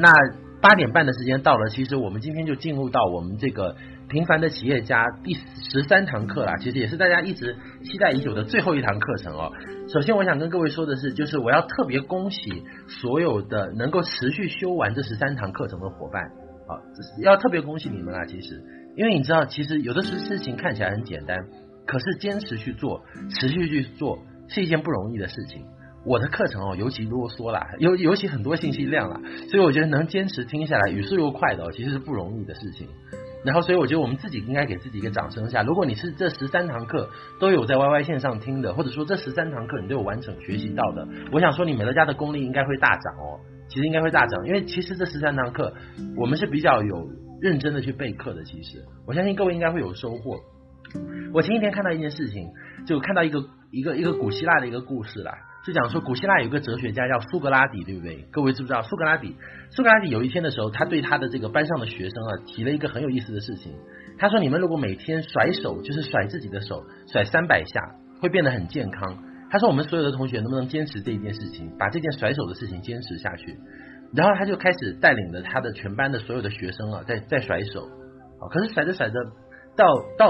那8点半的时间到了，其实我们今天就进入到我们这个平凡的企业家第13堂课啦，其实也是大家一直期待已久的最后一堂课程哦。首先我想跟各位说的是，就是我要特别恭喜所有的能够持续修完这13堂课程的伙伴啊，要特别恭喜你们啦。其实因为你知道，其实有的事情看起来很简单，可是坚持去做，持续去做是一件不容易的事情。我的课程哦，尤其啰嗦啦，尤其很多信息量啦，所以我觉得能坚持听下来，语速又快的哦，其实是不容易的事情。然后，所以我觉得我们自己应该给自己一个掌声下。如果你是这13堂课都有在 YY 线上听的，或者说这13堂课你都有完整学习到的，我想说你美乐家的功力应该会大涨哦。其实应该会大涨，因为其实这13堂课我们是比较有认真的去备课的。其实我相信各位应该会有收获。我前几天看到一件事情，就看到一个古希腊的一个故事啦。就讲说古希腊有个哲学家叫苏格拉底，对不对？各位知不知道苏格拉底有一天的时候，他对他的这个班上的学生啊提了一个很有意思的事情。他说，你们如果每天甩手，就是甩自己的手甩300下，会变得很健康。他说我们所有的同学能不能坚持这一件事情，把这件甩手的事情坚持下去。然后他就开始带领着他的全班的所有的学生啊在甩手。可是甩着到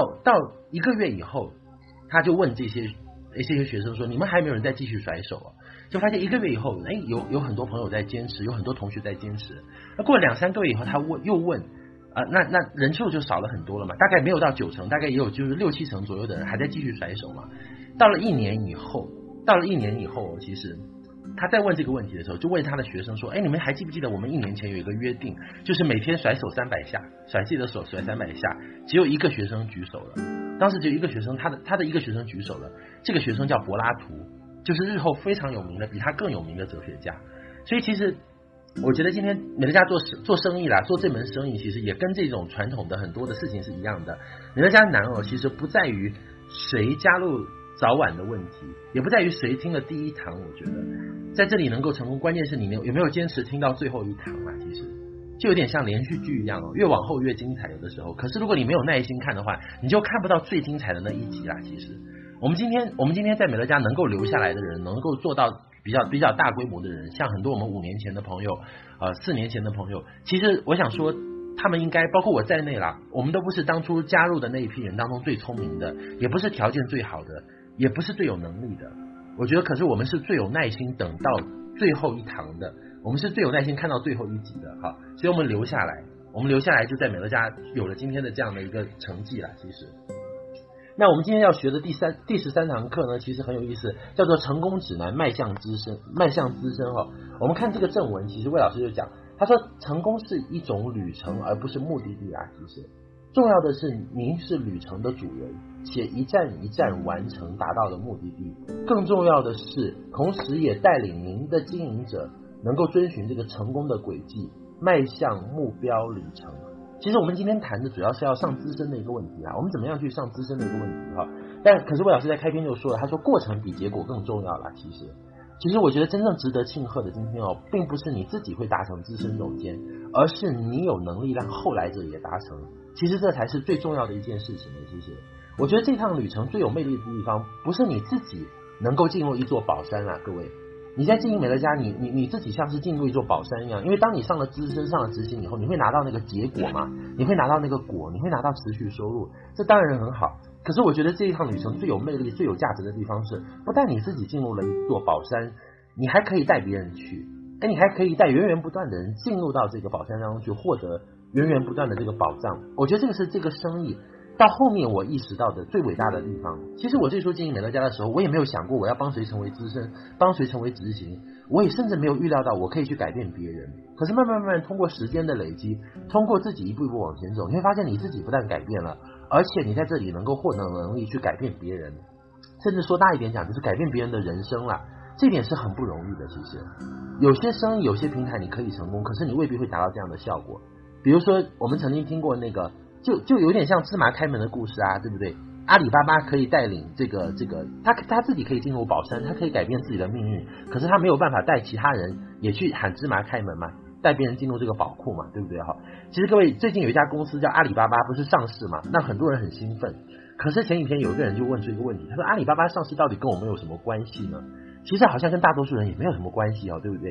1个月以后，他就问这些学生说，你们还没有人再继续甩手啊？就发现1个月以后，有很多朋友在坚持，有很多同学在坚持。那过了2-3个月以后，他又问那人数就少了很多了嘛，大概没有到90%，大概也有就是6-7成左右的人还在继续甩手嘛。到了1年以后，其实他在问这个问题的时候，就问他的学生说，你们还记不记得我们1年前有一个约定，就是每天甩手300下，甩自己的手甩300下，只有一个学生举手了。当时只有一个学生，他的一个学生举手了，这个学生叫柏拉图，就是日后非常有名的，比他更有名的哲学家。所以其实我觉得今天美乐家做生意啦，做这门生意其实也跟这种传统的很多的事情是一样的。美乐家难其实不在于谁加入早晚的问题，也不在于谁听了第一堂，我觉得在这里能够成功，关键是你有没有坚持听到最后一堂啊。其实就有点像连续剧一样越往后越精彩有的时候。可是如果你没有耐心看的话，你就看不到最精彩的那一集啦。其实我们今天在美乐家能够留下来的人，能够做到比较大规模的人，像很多我们5年前的朋友4年前的朋友，其实我想说他们应该包括我在内啦，我们都不是当初加入的那一批人当中最聪明的，也不是条件最好的，也不是最有能力的。我觉得可是我们是最有耐心等到最后一堂的，我们是最有耐心看到最后一集的哈，所以我们留下来就在美乐家有了今天的这样的一个成绩啦。其实那我们今天要学的第13堂课呢，其实很有意思，叫做成功指南迈向资深我们看这个正文，其实魏老师就讲，他说成功是一种旅程而不是目的地啊。其实重要的是您是旅程的主人，且一站一站完成达到的目的地。更重要的是同时也带领您的经营者能够遵循这个成功的轨迹，迈向目标旅程。其实我们今天谈的主要是要上资深的一个问题啊，我们怎么样去上资深的一个问题哈。但可是魏老师在开篇就说了，他说过程比结果更重要啦。其实我觉得真正值得庆贺的今天并不是你自己会达成资深总监，而是你有能力让后来者也达成。其实这才是最重要的一件事情。其实我觉得这趟旅程最有魅力的地方，不是你自己能够进入一座宝山啊，各位。你在经营美乐家，你自己像是进入一座宝山一样，因为当你上了资深，上了执行以后，你会拿到那个结果嘛，你会拿到那个果，你会拿到持续收入，这当然很好。可是我觉得这一趟旅程最有魅力、最有价值的地方是，不但你自己进入了一座宝山，你还可以带别人去，你还可以带源源不断的人进入到这个宝山当中去，获得源源不断的这个宝藏。我觉得这个是这个生意到后面我意识到的最伟大的地方。其实我最初经营美乐家的时候，我也没有想过我要帮谁成为资深，帮谁成为执行，我也甚至没有预料到我可以去改变别人。可是慢慢通过时间的累积，通过自己一步一步往前走，你会发现你自己不但改变了，而且你在这里能够获得能力去改变别人，甚至说大一点讲就是改变别人的人生啦。这点是很不容易的。其实有些生意有些平台你可以成功，可是你未必会达到这样的效果。比如说我们曾经听过那个就有点像芝麻开门的故事啊，对不对？阿里巴巴可以带领这个他自己可以进入宝山，他可以改变自己的命运，可是他没有办法带其他人也去喊芝麻开门嘛，带别人进入这个宝库嘛，对不对哈？其实各位，最近有一家公司叫阿里巴巴，不是上市嘛？那很多人很兴奋。可是前几天有一个人就问出一个问题，他说阿里巴巴上市到底跟我们有什么关系呢？其实好像跟大多数人也没有什么关系对不对？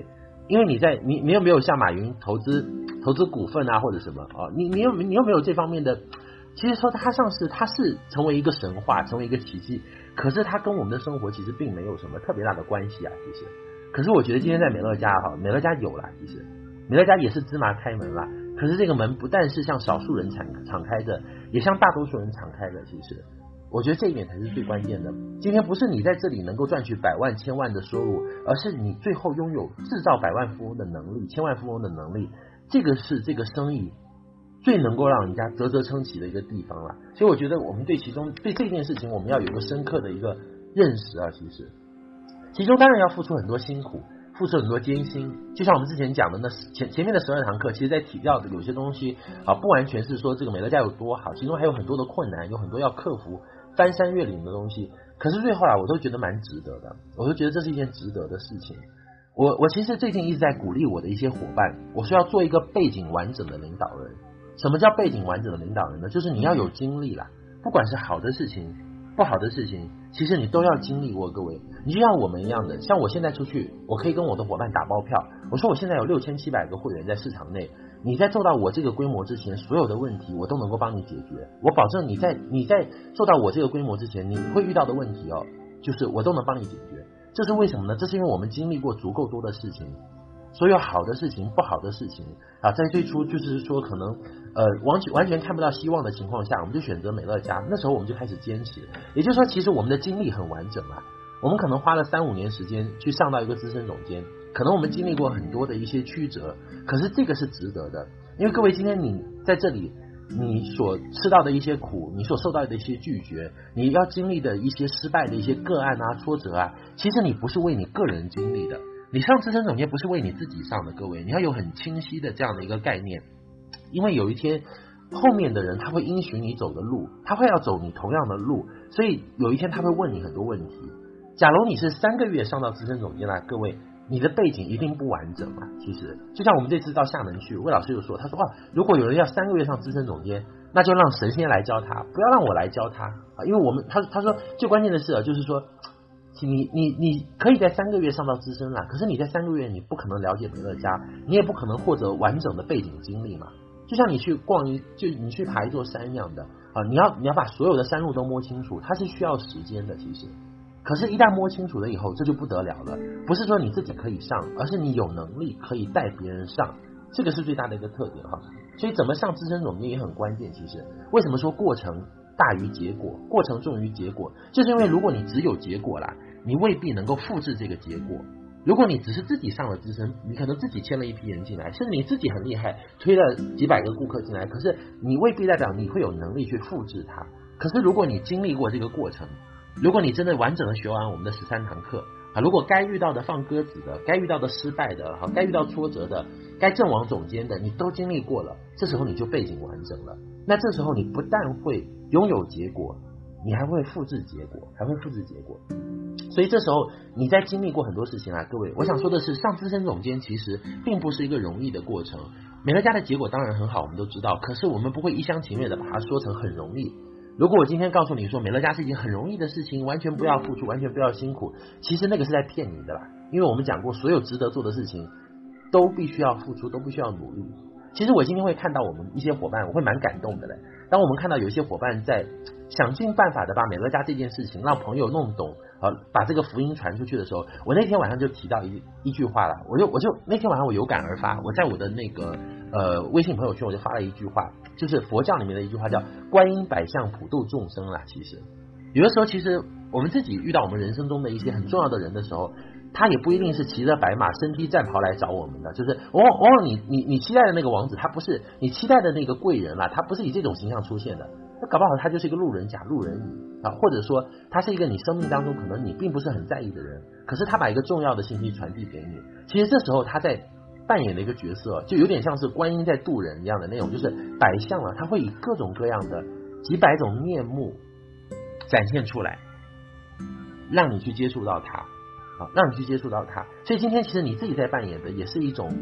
因为你又没有像马云投资股份啊或者什么啊，你又没有这方面的。其实说它上市，它是成为一个神话，成为一个奇迹，可是它跟我们的生活其实并没有什么特别大的关系啊。其实，可是我觉得今天在美乐家美乐家有了，其实美乐家也是芝麻开门了，可是这个门不但是向少数人敞开着，也向大多数人敞开着。其实我觉得这一点才是最关键的。今天不是你在这里能够赚取百万千万的收入，而是你最后拥有制造百万富翁的能力，千万富翁的能力，这个是这个生意最能够让人家啧啧称奇的一个地方了。所以我觉得我们对这件事情我们要有一个深刻的一个认识啊。其中当然要付出很多辛苦，付出很多艰辛，就像我们之前讲的那前面的12堂课，其实在提到的有些东西不完全是说这个美乐家有多好，其中还有很多的困难，有很多要克服翻山越岭的东西，可是最后我都觉得蛮值得的，我都觉得这是一件值得的事情。我其实最近一直在鼓励我的一些伙伴，我说要做一个背景完整的领导人。什么叫背景完整的领导人呢？就是你要有经历啦，不管是好的事情不好的事情，其实你都要经历过。各位，你就像我们一样的，像我现在出去，我可以跟我的伙伴打包票，我说我现在有6700个会员在市场内，你在做到我这个规模之前，所有的问题我都能够帮你解决。我保证你在做到我这个规模之前，你会遇到的问题就是我都能帮你解决。这是为什么呢？这是因为我们经历过足够多的事情，所有好的事情不好的事情在最初就是说可能完全看不到希望的情况下，我们就选择美乐家，那时候我们就开始坚持。也就是说其实我们的经历很完整啊，我们可能花了3-5年时间去上到一个资深总监，可能我们经历过很多的一些曲折，可是这个是值得的。因为各位今天你在这里，你所吃到的一些苦，你所受到的一些拒绝，你要经历的一些失败的一些个案挫折其实你不是为你个人经历的，你上资深总监不是为你自己上的。各位，你要有很清晰的这样的一个概念，因为有一天后面的人他会因循你走的路，他会要走你同样的路，所以有一天他会问你很多问题。假如你是3个月上到资深总监各位，你的背景一定不完整嘛。其实就像我们这次到厦门去，魏老师有说，他说如果有人要3个月上资深总监，那就让神仙来教他，不要让我来教他因为我们他说最关键的是就是说你可以在3个月上到资深啦，可是你在3个月你不可能了解美乐家，你也不可能获得完整的背景经历嘛。就像你去你去爬一座山一样的你要把所有的山路都摸清楚，它是需要时间的。其实可是一旦摸清楚了以后，这就不得了了，不是说你自己可以上，而是你有能力可以带别人上，这个是最大的一个特点所以怎么上资深总监也很关键。其实为什么说过程大于结果，过程重于结果，就是因为如果你只有结果啦，你未必能够复制这个结果。如果你只是自己上了资深，你可能自己牵了一批人进来，甚至你自己很厉害，推了几百个顾客进来，可是你未必代表你会有能力去复制它。可是如果你经历过这个过程，如果你真的完整的学完我们的13堂课如果该遇到的放鸽子的，该遇到的失败的该遇到挫折的，该阵亡总监的，你都经历过了，这时候你就背景完整了。那这时候你不但会拥有结果，你还会复制结果，所以这时候你在经历过很多事情各位，我想说的是，上资深总监其实并不是一个容易的过程。美乐家的结果当然很好，我们都知道，可是我们不会一厢情愿的把它说成很容易。如果我今天告诉你说美乐家是一件很容易的事情，完全不要付出，完全不要辛苦，其实那个是在骗你的啦。因为我们讲过，所有值得做的事情都必须要付出，都必须要努力。其实我今天会看到我们一些伙伴，我会蛮感动的嘞。当我们看到有一些伙伴在想尽办法的把美乐家这件事情让朋友弄懂把这个福音传出去的时候，我那天晚上就提到一句话了，我就那天晚上我有感而发，我在我的那个微信朋友圈我就发了一句话，就是佛教里面的一句话，叫观音百相普度众生啦。其实有的时候，其实我们自己遇到我们人生中的一些很重要的人的时候，他也不一定是骑着白马身披战袍来找我们的，就是往往你期待的那个王子，他不是你期待的那个贵人啦，他不是以这种形象出现的，那搞不好他就是一个路人甲、路人乙或者说他是一个你生命当中可能你并不是很在意的人，可是他把一个重要的信息传递给你，其实这时候他在扮演的一个角色，就有点像是观音在渡人一样的那种，就是百相了，他会以各种各样的几百种面目展现出来，让你去接触到他，让你去接触到他。所以今天其实你自己在扮演的也是一种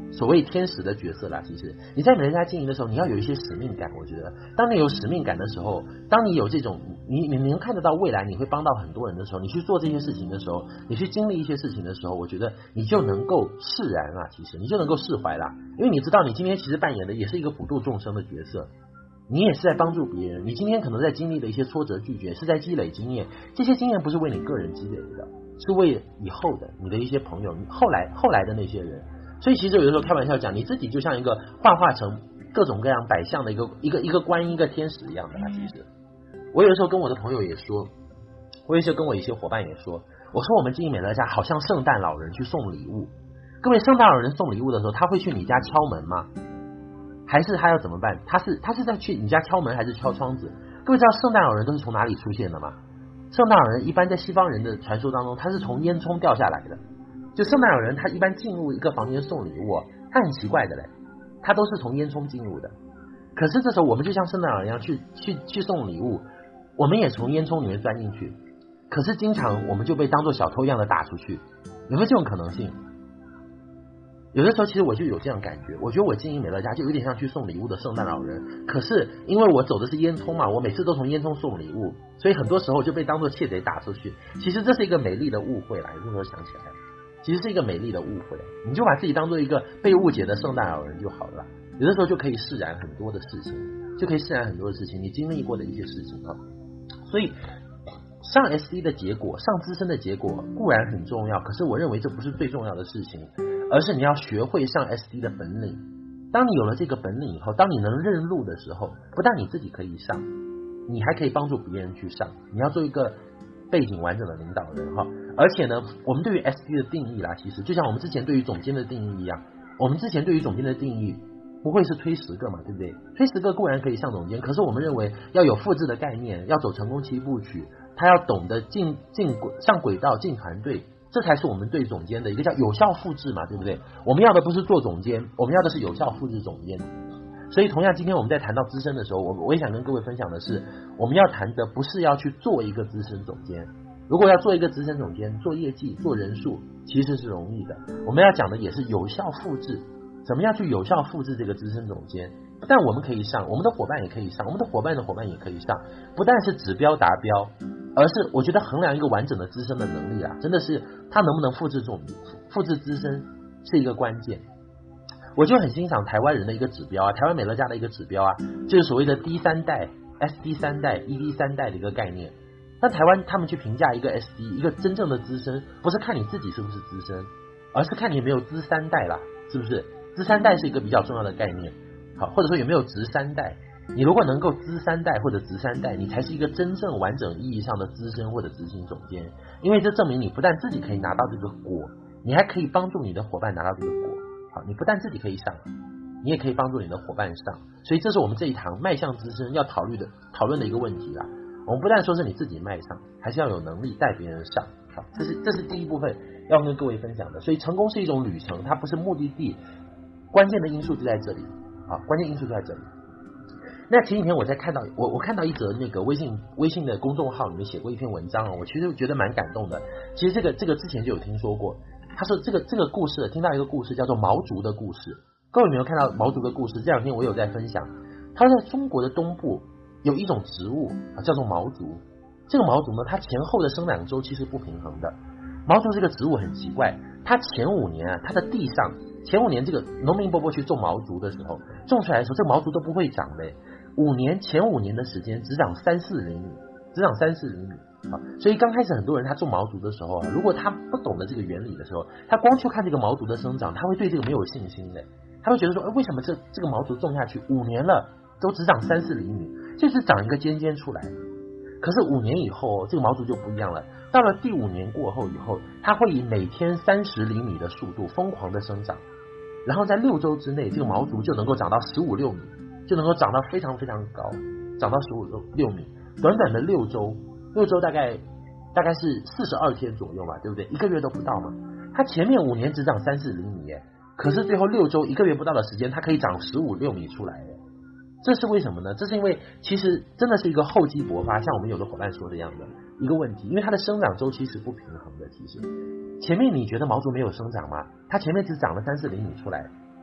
所谓天使的角色啦。其实你在美乐家经营的时候，你要有一些使命感。我觉得当你有使命感的时候，当你有这种你能看得到未来你会帮到很多人的时候，你去做这些事情的时候，你去经历一些事情的时候，我觉得你就能够释然啦，其实你就能够释怀啦。因为你知道你今天其实扮演的也是一个普度众生的角色，你也是在帮助别人。你今天可能在经历的一些挫折拒绝，是在积累经验，这些经验不是为你个人积累的，是为以后的你的一些朋友，后来的那些人。所以其实有的时候开玩笑讲，你自己就像一个幻化成各种各样百相的一个观音一个天使一样的。其实我有的时候跟我的朋友也说，我有时候跟我一些伙伴也说，我说我们经营美乐家好像圣诞老人去送礼物。各位，圣诞老人送礼物的时候，他会去你家敲门吗？还是他要怎么办？他是在去你家敲门，还是敲窗子？各位知道圣诞老人都是从哪里出现的吗？圣诞老人一般在西方人的传说当中，他是从烟囱掉下来的。就圣诞老人他一般进入一个房间送礼物，他很奇怪的嘞，他都是从烟囱进入的。可是这时候我们就像圣诞老人一样去送礼物，我们也从烟囱里面钻进去，可是经常我们就被当作小偷一样的打出去。有没有这种可能性？有的时候其实我就有这样感觉，我觉得我经营美乐家就有点像去送礼物的圣诞老人，可是因为我走的是烟囱嘛，我每次都从烟囱送礼物，所以很多时候就被当作窃贼打出去。其实这是一个美丽的误会啦，有时候想起来其实是一个美丽的误会，你就把自己当做一个被误解的圣诞老人就好了，有的时候就可以释然很多的事情，你经历过的一些事情啊。所以上 SD 的结果，上资深的结果固然很重要，可是我认为这不是最重要的事情，而是你要学会上 SD 的本领。当你有了这个本领以后，当你能认路的时候，不但你自己可以上，你还可以帮助别人去上。你要做一个背景完整的领导人哈。而且呢，我们对于 SD 的定义啦，其实就像我们之前对于总监的定义一样，我们之前对于总监的定义不会是推10个嘛，对不对？推10个固然可以上总监，可是我们认为要有复制的概念，要走成功7部曲，他要懂得上轨道进团队，这才是我们对总监的一个叫有效复制嘛，对不对？我们要的不是做总监，我们要的是有效复制总监。所以同样今天我们在谈到资深的时候，我也想跟各位分享的是，我们要谈的不是要去做一个资深总监，如果要做一个资深总监，做业绩做人数其实是容易的，我们要讲的也是有效复制，怎么样去有效复制这个资深总监。不但我们可以上，我们的伙伴也可以上，我们的伙伴的伙伴也可以上，不但是指标达标，而是我觉得衡量一个完整的资深的能力啊，真的是他能不能复制资深是一个关键。我就很欣赏台湾人的一个指标啊，台湾美乐家的一个指标啊，就是所谓的 D3 代 SD3 代 ED3 代的一个概念。那台湾他们去评价一个 SD 一个真正的资深，不是看你自己是不是资深，而是看你有没有资3代啦，是不是？资3代是一个比较重要的概念，好，或者说有没有职3代。你如果能够资3代或者职3代，你才是一个真正完整意义上的资深或者执行总监，因为这证明你不但自己可以拿到这个果，你还可以帮助你的伙伴拿到这个果。好，你不但自己可以上，你也可以帮助你的伙伴上，所以这是我们这一堂迈向资深要讨论的一个问题啦。我们不但说是你自己迈上，还是要有能力带别人上。好，这是第一部分要跟各位分享的。所以成功是一种旅程，它不是目的地，关键的因素就在这里啊，关键因素就在这里。那前几天我在看到我看到一则那个微信的公众号里面写过一篇文章我其实觉得蛮感动的。其实这个之前就有听说过，他说这个故事，听到一个故事叫做毛竹的故事。各位有没有看到毛竹的故事？这两天我有在分享。他在中国的东部有一种植物叫做毛竹。这个毛竹呢，它前后的生长周期是不平衡的。毛竹这个植物很奇怪，它前5年啊，它的地上前5年这个农民伯伯去种毛竹的时候，种出来的时候，这个毛竹都不会长的。前5年的时间只长3-4厘米，所以刚开始很多人他种毛竹的时候如果他不懂得这个原理的时候，他光去看这个毛竹的生长，他会对这个没有信心的。他会觉得说，为什么这个毛竹种下去5年了都只长3-4厘米，就是长一个尖尖出来。可是5年以后这个毛竹就不一样了，到了第5年过后以后，它会以每天30厘米的速度疯狂的生长，然后在6周之内，这个毛竹就能够长到15-16米，就能够长到非常非常高，长到15-16米。短短的6周大概是42天左右嘛，对不对？1个月都不到嘛。它前面5年只长3-4厘米耶，可是最后6周1个月不到的时间，它可以长15-16米出来耶。这是为什么呢？这是因为其实真的是一个厚积薄发，像我们有的伙伴说的一样的一个问题，因为它的生长周期是不平衡的。其实前面你觉得毛竹没有生长吗？它前面只长了3-4厘米出来，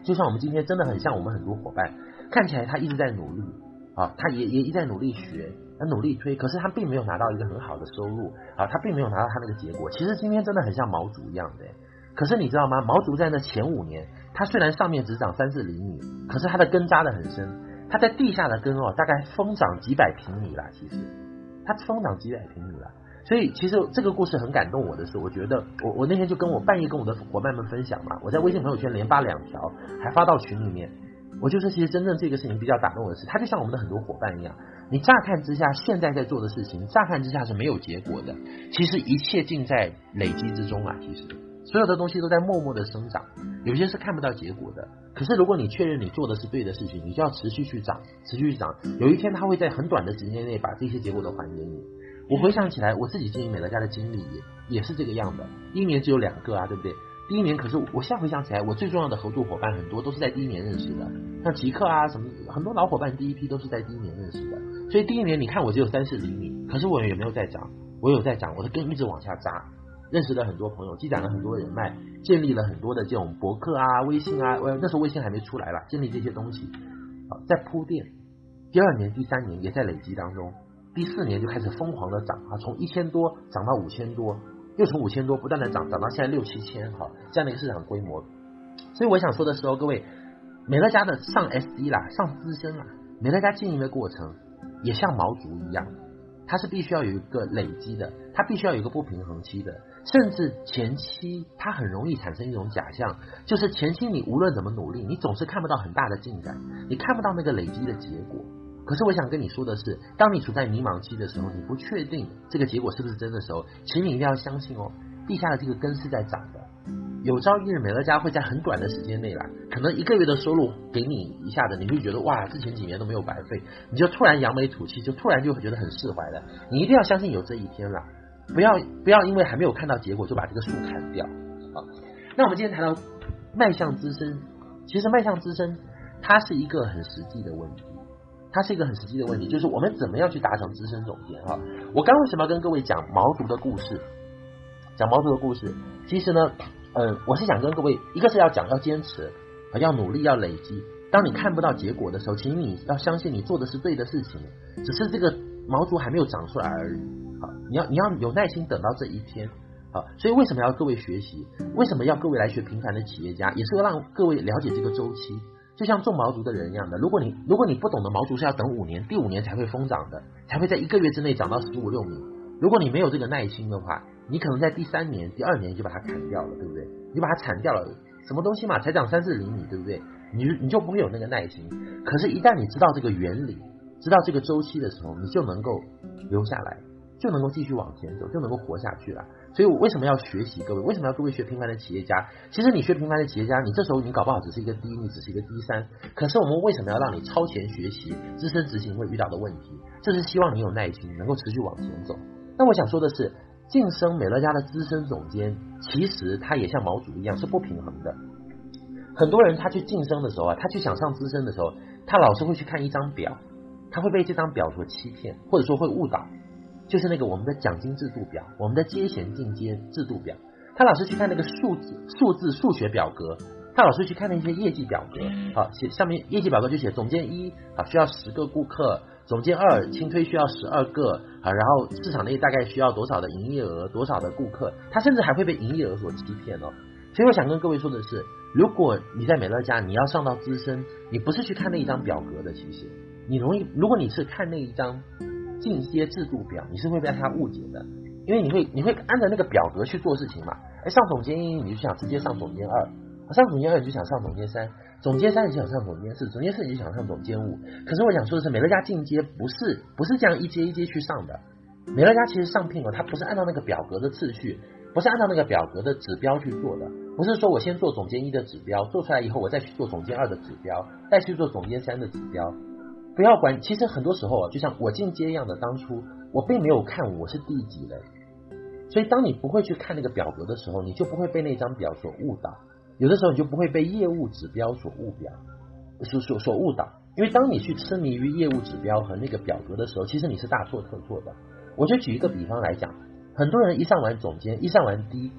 就像我们今天真的很像我们很多伙伴，看起来他一直在努力啊，他也一直在努力学，他努力推，可是他并没有拿到一个很好的收入啊，他并没有拿到他那个结果。其实今天真的很像毛竹一样的，可是你知道吗？毛竹在那前5年，它虽然上面只长3-4厘米，可是它的根扎得很深，它在地下的根大概疯长几百平米啦，其实它疯长几百平米啦。所以其实这个故事很感动我的是，我觉得我那天就半夜跟我的伙伴们分享嘛，我在微信朋友圈连发2条，还发到群里面。我就说其实真正这个事情比较打动我的是，它就像我们的很多伙伴一样，你乍看之下现在在做的事情，乍看之下是没有结果的，其实一切尽在累积之中啊。其实所有的东西都在默默的生长，有些是看不到结果的，可是如果你确认你做的是对的事情，你就要持续去长，持续去长，有一天它会在很短的时间内把这些结果都还给你。我回想起来我自己经营美乐家的经历也是这个样的，第一年只有2个啊，对不对？第一年可是我现在回想起来，我最重要的合作伙伴很多都是在第一年认识的，像极客啊什么，很多老伙伴第一批都是在第一年认识的，所以第一年你看我只有3-4厘米，可是我有没有在长？我有在长，我的根一直往下扎，认识了很多朋友，积攒了很多人脉，建立了很多的这种博客啊、微信啊，那时候微信还没出来啦，建立这些东西在铺垫。第2年、第3年也在累积当中，第4年就开始疯狂的涨啊，从1000多涨到5000多，又从5000多不断的涨到现在6-7千这样的一个市场规模。所以我想说的时候，各位，美乐家的上 SD 啦，上资深啦，美乐家经营的过程也像毛竹一样，它是必须要有一个累积的，它必须要有一个不平衡期的，甚至前期它很容易产生一种假象，就是前期你无论怎么努力，你总是看不到很大的进展，你看不到那个累积的结果。可是我想跟你说的是，当你处在迷茫期的时候，你不确定这个结果是不是真的时候，请你一定要相信地下的这个根是在长的，有朝一日美乐家会在很短的时间内啦，可能1个月的收入给你一下子，你会觉得哇，之前几年都没有白费，你就突然扬眉吐气，就突然就会觉得很释怀了。你一定要相信有这一天啦，不要因为还没有看到结果就把这个树砍掉。那我们今天谈到迈向资深，其实迈向资深它是一个很实际的问题，它是一个很实际的问题，就是我们怎么样去达成资深总监我刚为什么要跟各位讲毛竹的故事？讲毛竹的故事，其实呢，我是想跟各位，一个是要坚持，要努力，要累积。当你看不到结果的时候，请你要相信你做的是对的事情，只是这个毛竹还没有长出来而已。你要有耐心等到这一天。所以为什么要各位学习？为什么要各位来学平凡的企业家？也是要让各位了解这个周期。就像种毛竹的人一样的，如果你不懂得毛竹是要等5年，第5年才会疯长的，才会在1个月之内长到15-16米。如果你没有这个耐心的话，你可能在第3年、第2年就把它砍掉了，对不对？你把它铲掉了，什么东西嘛，才长3-4厘米，对不对？你就不会有那个耐心。可是，一旦你知道这个原理，知道这个周期的时候，你就能够留下来，就能够继续往前走，就能够活下去了。所以我为什么要学习各位？为什么要各位学平凡的企业家？其实你学平凡的企业家，你这时候你搞不好只是一个第一，你只是一个第3。可是我们为什么要让你超前学习资深执行会遇到的问题？这是希望你有耐心，能够持续往前走。那我想说的是，晋升美乐家的资深总监，其实他也像毛竹一样是不平衡的。很多人他去晋升的时候他去想上资深的时候，他老是会去看一张表，他会被这张表所欺骗，或者说会误导。就是那个我们的奖金制度表，我们的阶衔进阶制度表，他老是去看那个数字数学表格，他老是去看那些业绩表格写上面业绩表格就写总监1需要10个顾客，总监2轻推需要12个然后市场内大概需要多少的营业额，多少的顾客，他甚至还会被营业额所欺骗所以我想跟各位说的是，如果你在美乐家你要上到资深，你不是去看那一张表格的，其实如果你是看那一张进阶制度表，你是会被他误解的，因为你会按照那个表格去做事情嘛。上总监1你就想直接上总监2，上总监2你就想上总监3，总监3你就想上总监4，总监4你就想上总监5。可是我想说的是，美乐家进阶不是这样一阶一阶去上的。美乐家其实上聘它不是按照那个表格的次序，不是按照那个表格的指标去做的，不是说我先做总监1的指标，做出来以后我再去做总监2的指标，再去做总监3的指标。不要管，其实很多时候就像我进阶一样的，当初我并没有看我是第几人，所以当你不会去看那个表格的时候，你就不会被那张表所误导，有的时候你就不会被业务指标所误导，因为当你去痴迷于业务指标和那个表格的时候，其实你是大错特错的。我就举一个比方来讲，很多人一上完总监，一上完D，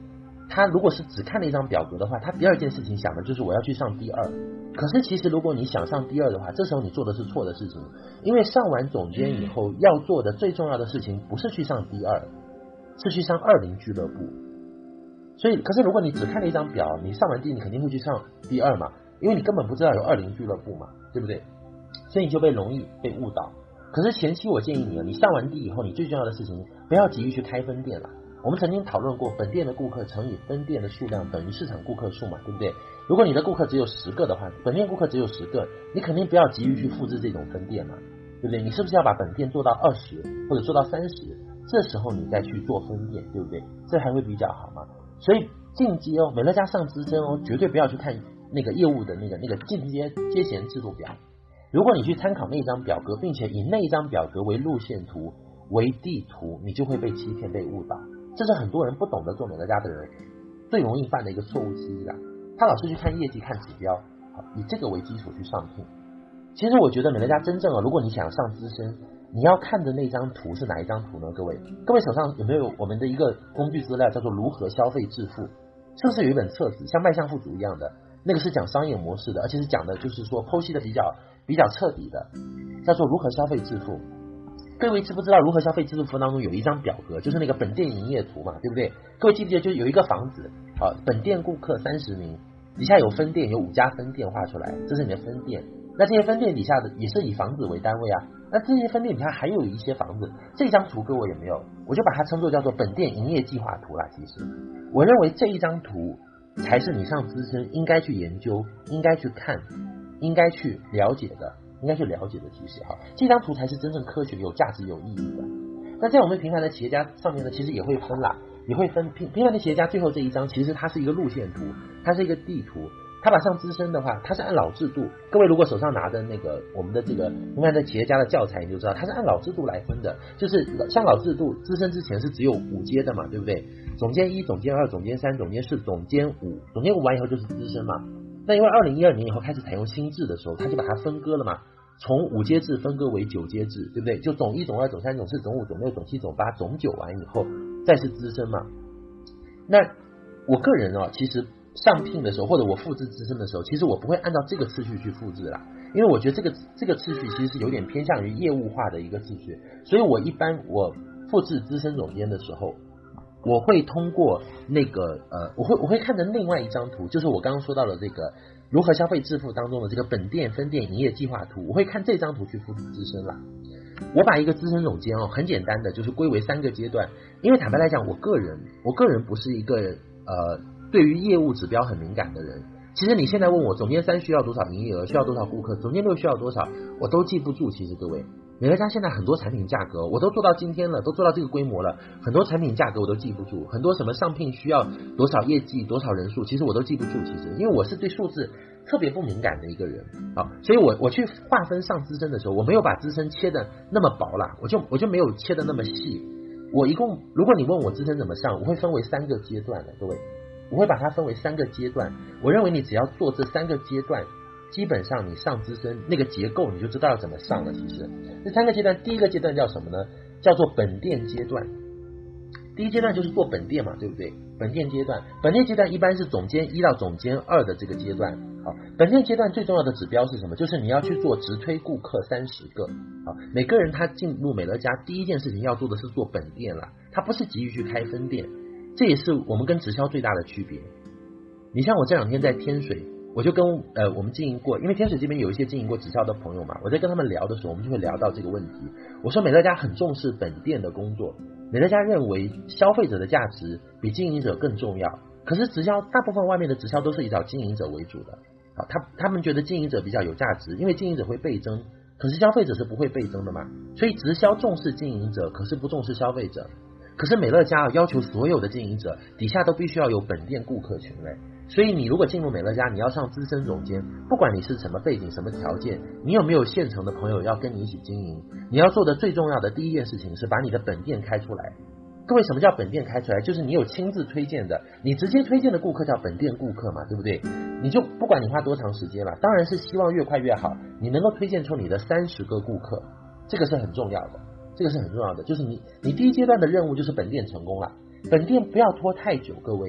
他如果是只看了一张表格的话，他第二件事情想的就是我要去上第二。可是其实如果你想上第二的话，这时候你做的是错的事情，因为上完总监以后要做的最重要的事情不是去上第二，是去上20俱乐部。所以可是如果你只看了一张表，你上完第一你肯定会去上第二嘛，因为你根本不知道有20俱乐部嘛，对不对？所以你就容易被误导。可是前期我建议你你上完第以后，你最重要的事情不要急于去开分店了。我们曾经讨论过，本店的顾客乘以分店的数量等于市场顾客数嘛，对不对？如果你的顾客只有10个的话，本店顾客只有10个，你肯定不要急于去复制这种分店嘛，对不对？你是不是要把本店做到20或者做到30，这时候你再去做分店，对不对？这还会比较好嘛。所以进阶美乐家上资深绝对不要去看那个业务的那个进阶接衔制度表。如果你去参考那张表格，并且以那一张表格为路线图为地图，你就会被欺骗被误导。这是很多人不懂得做美乐家的人最容易犯的一个错误之一啦。他老是去看业绩看指标，以这个为基础去上聘。其实我觉得美乐家真正如果你想上资深，你要看的那张图是哪一张图呢？各位手上有没有我们的一个工具资料叫做如何消费致富？是不是有一本册子像迈向富足一样的，那个是讲商业模式的，而且是讲的就是说剖析的比较彻底的，叫做如何消费致富。各位知不知道如何消费致富当中有一张表格，就是那个本店营业图嘛，对不对？各位记不记得，就是有一个房子本店顾客30名，底下有分店，有5家分店画出来，这是你的分店。那这些分店底下的也是以房子为单位啊，那这些分店底下还有一些房子，这张图各位有没有？我就把它称作叫做本店营业计划图啦。其实我认为这一张图才是你上资深应该去研究、应该去看、应该去了解的。其实这张图才是真正科学、有价值、有意义的。那在我们平凡的企业家上面呢，其实也会分啦，也会分平凡的企业家最后这一张，其实它是一个路线图，它是一个地图。他把上资深的话，他是按老制度。各位如果手上拿的那个我们的这个平凡的企业家的教材，你就知道他是按老制度来分的。就是像老制度，资深之前是只有5阶的嘛，对不对？总监1、总监2、总监3、总监4、总监5，总监5完以后就是资深嘛。那因为2012年以后开始采用新制的时候，他就把它分割了嘛，从5阶制分割为9阶制，对不对？就总1、总2、总3、总4、总5、总6、总7、总8、总9完以后再是资深嘛。那我个人其实上聘的时候，或者我复制资深的时候，其实我不会按照这个次序去复制啦，因为我觉得这个次序其实是有点偏向于业务化的一个次序，所以我一般我复制资深总监的时候，我会通过那个我会看的另外一张图，就是我刚刚说到的这个如何消费致富当中的这个本店分店营业计划图，我会看这张图去复制资深啦。我把一个资深总监很简单的就是归为3个阶段，因为坦白来讲，我个人不是一个对于业务指标很敏感的人。其实你现在问我总监3需要多少营业额，需要多少顾客，总监6需要多少，我都记不住。其实各位，美乐家现在很多产品价格我都做到今天了，都做到这个规模了，很多产品价格我都记不住，很多什么上聘需要多少业绩多少人数，其实我都记不住。其实因为我是对数字特别不敏感的一个人所以我去划分上资深的时候，我没有把资深切的那么薄啦，我就没有切的那么细。我一共，如果你问我资深怎么上，我会分为3个阶段的，各位，我会把它分为3个阶段。我认为你只要做这3个阶段，基本上你上资深那个结构你就知道要怎么上了。其实这3个阶段，第一个阶段叫什么呢？叫做本店阶段。第一阶段就是做本店嘛，对不对？本店阶段一般是总监1到总监2的这个阶段。本店阶段最重要的指标是什么？就是你要去做直推顾客30个。每个人他进入美乐家第一件事情要做的是做本店了，他不是急于去开分店。这也是我们跟直销最大的区别。你像我这2天在天水，我就跟我们经营过，因为天水这边有一些经营过直销的朋友嘛，我在跟他们聊的时候，我们就会聊到这个问题。我说美乐家很重视本店的工作，美乐家认为消费者的价值比经营者更重要。可是直销大部分外面的直销都是以找经营者为主的，他们觉得经营者比较有价值，因为经营者会倍增，可是消费者是不会倍增的嘛，所以直销重视经营者，可是不重视消费者。可是美乐家要求所有的经营者底下都必须要有本店顾客群类，所以你如果进入美乐家，你要上资深总监，不管你是什么背景什么条件，你有没有现成的朋友要跟你一起经营，你要做的最重要的第一件事情是把你的本店开出来。各位，什么叫本店开出来？就是你有亲自推荐的，你直接推荐的顾客叫本店顾客嘛，对不对？你就不管你花多长时间了，当然是希望越快越好，你能够推荐出你的30个顾客，这个是很重要的。就是你第一阶段的任务就是本店成功了，本店不要拖太久。各位，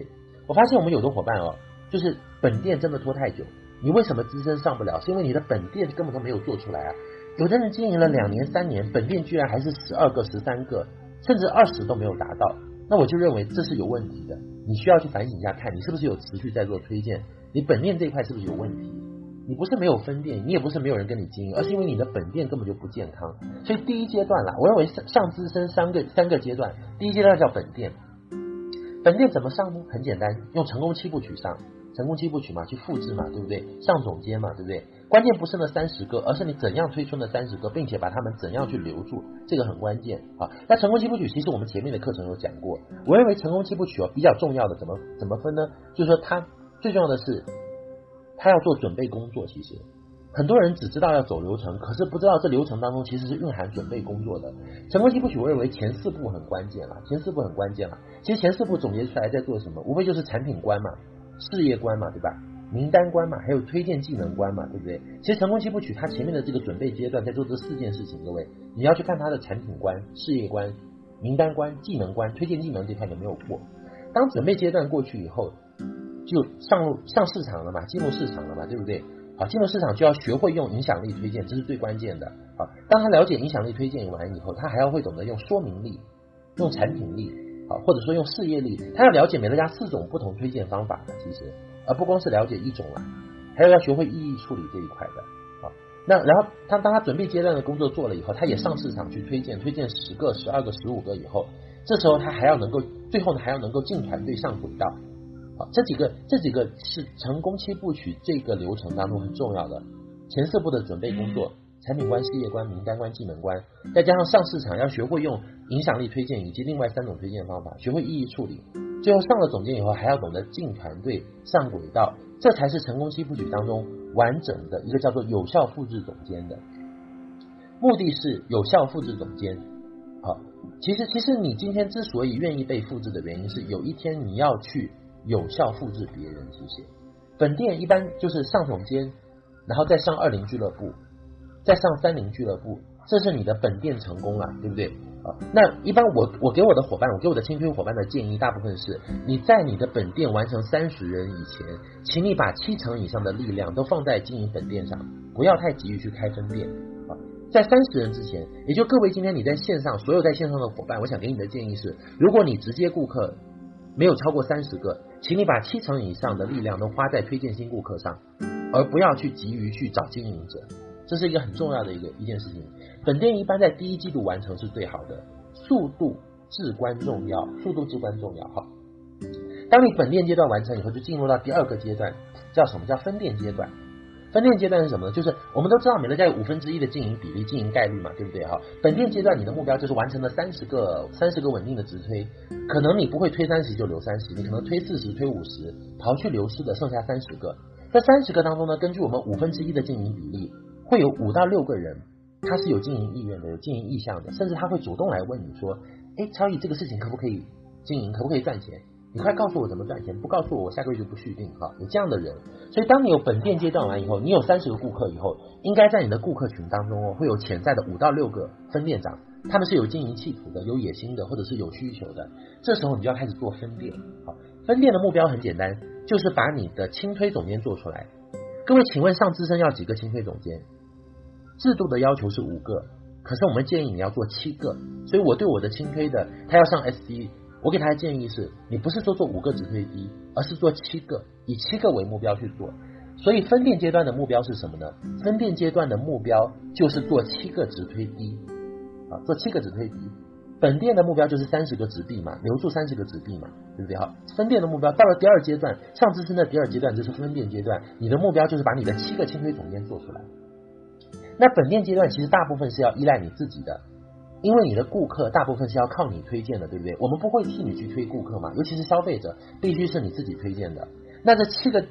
我发现我们有的伙伴就是本店真的拖太久，你为什么资深上不了？是因为你的本店根本都没有做出来啊。有的人经营了2年3年，本店居然还是12个13个，甚至20都没有达到，那我就认为这是有问题的。你需要去反省一下，看你是不是有持续在做推荐，你本店这一块是不是有问题。你不是没有分店，你也不是没有人跟你经营，而是因为你的本店根本就不健康。所以第一阶段啦，我认为上资深三个阶段，第一阶段叫本店。本店怎么上呢？很简单，用成功7部曲上，成功7部曲嘛，去复制嘛，对不对？上总监嘛，对不对？关键不是那30个，而是你怎样推出那30个，并且把他们怎样去留住，这个很关键啊。那成功7部曲其实我们前面的课程有讲过，我认为成功7部曲比较重要的怎么分呢？就是说它最重要的是他要做准备工作。其实很多人只知道要走流程，可是不知道这流程当中其实是蕴含准备工作的。成功7部曲我认为前4步很关键了，前4步很关键了。其实前4步总结出来在做什么，无非就是产品观嘛，事业观嘛，对吧？名单观嘛，还有推荐技能观嘛，对不对？其实成功7部曲它前面的这个准备阶段在做这4件事情，各位你要去看它的产品观、事业观、名单观、技能观、推荐技能这块有没有过。当准备阶段过去以后，就上市场了嘛，进入市场了嘛，对不对？好，进入市场就要学会用影响力推荐，这是最关键的。好，当他了解影响力推荐完以后，他还要会懂得用说明力、用产品力，好，或者说用事业力，他要了解美乐家4种不同推荐方法的，其实而不光是了解1种啦，还要学会意义处理这一块的。好，那然后当他准备阶段的工作做了以后，他也上市场去推荐10个、12个、15个以后，这时候他还要能够最后呢还要能够进团队上轨道。好，这几个是成功7部曲这个流程当中很重要的前4步的准备工作，产品观、事业观、名单观、技能观，再加上上市场要学会用影响力推荐以及另外3种推荐方法，学会意义处理，最后上了总监以后还要懂得进团队上轨道，这才是成功7部曲当中完整的一个叫做有效复制总监的目的，是有效复制总监。好，其实你今天之所以愿意被复制的原因是有一天你要去有效复制别人。其实本店一般就是上总监，然后再上20俱乐部，再上30俱乐部，这是你的本店成功了，对不对？那一般我给我的伙伴，我给我的轻推伙伴的建议大部分是，你在你的本店完成30人以前，请你把70%以上的力量都放在经营本店上，不要太急于去开分店。在30人之前，也就各位今天你在线上所有在线上的伙伴，我想给你的建议是，如果你直接顾客没有超过30个，请你把70%以上的力量都花在推荐新顾客上，而不要去急于去找经营者，这是一个很重要的一件事情。本店一般在第1季度完成是最好的，速度至关重要，速度至关重要。好，当你本店阶段完成以后，就进入到第2个阶段，叫什么？叫分店阶段。分店阶段是什么呢？就是我们都知道美乐家有1/5的经营比例、经营概率嘛，对不对？哈，本店阶段你的目标就是完成了30个稳定的直推，可能你不会推30就留30，你可能推40、推50，刨去流失的剩下30个。在30个当中呢，根据我们1/5的经营比例，会有5到6个人他是有经营意愿的，有经营意向的，甚至他会主动来问你说，超毅这个事情可不可以经营，可不可以赚钱？你快告诉我怎么赚钱，不告诉我下个月就不续订。有这样的人。所以当你有本店阶段完以后，你有30个顾客以后，应该在你的顾客群当中会有潜在的5到6个分店长，他们是有经营企图的，有野心的，或者是有需求的，这时候你就要开始做分店。分店的目标很简单，就是把你的轻推总监做出来。各位请问上资深要几个轻推总监？制度的要求是5个，可是我们建议你要做7个，所以我对我的轻推的他要上 SD，我给他的建议是，你不是说做5个直推低，而是做7个，以7个为目标去做。所以分店阶段的目标是什么呢？分店阶段的目标就是做7个直推低，做7个直推低。本店的目标就是30个直闭嘛，留住30个直闭嘛，对不对？好，分店的目标到了第2阶段，上资深的第2阶段就是分店阶段，你的目标就是把你的7个轻推总监做出来。那本店阶段其实大部分是要依赖你自己的，因为你的顾客大部分是要靠你推荐的，对不对？我们不会替你去推顾客嘛，尤其是消费者，必须是你自己推荐的。那这7个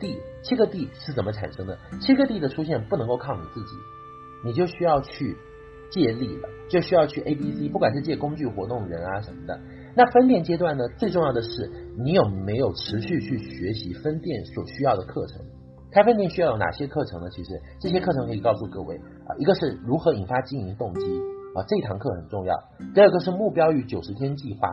D 是怎么产生的？7个 D 的出现不能够靠你自己，你就需要去借力了，就需要去 ABC， 不管是借工具、活动、人啊什么的。那分店阶段呢，最重要的是你有没有持续去学习分店所需要的课程。开分店需要有哪些课程呢？其实这些课程可以告诉各位一个是如何引发经营动机这一堂课很重要。第2个是目标与90天计划，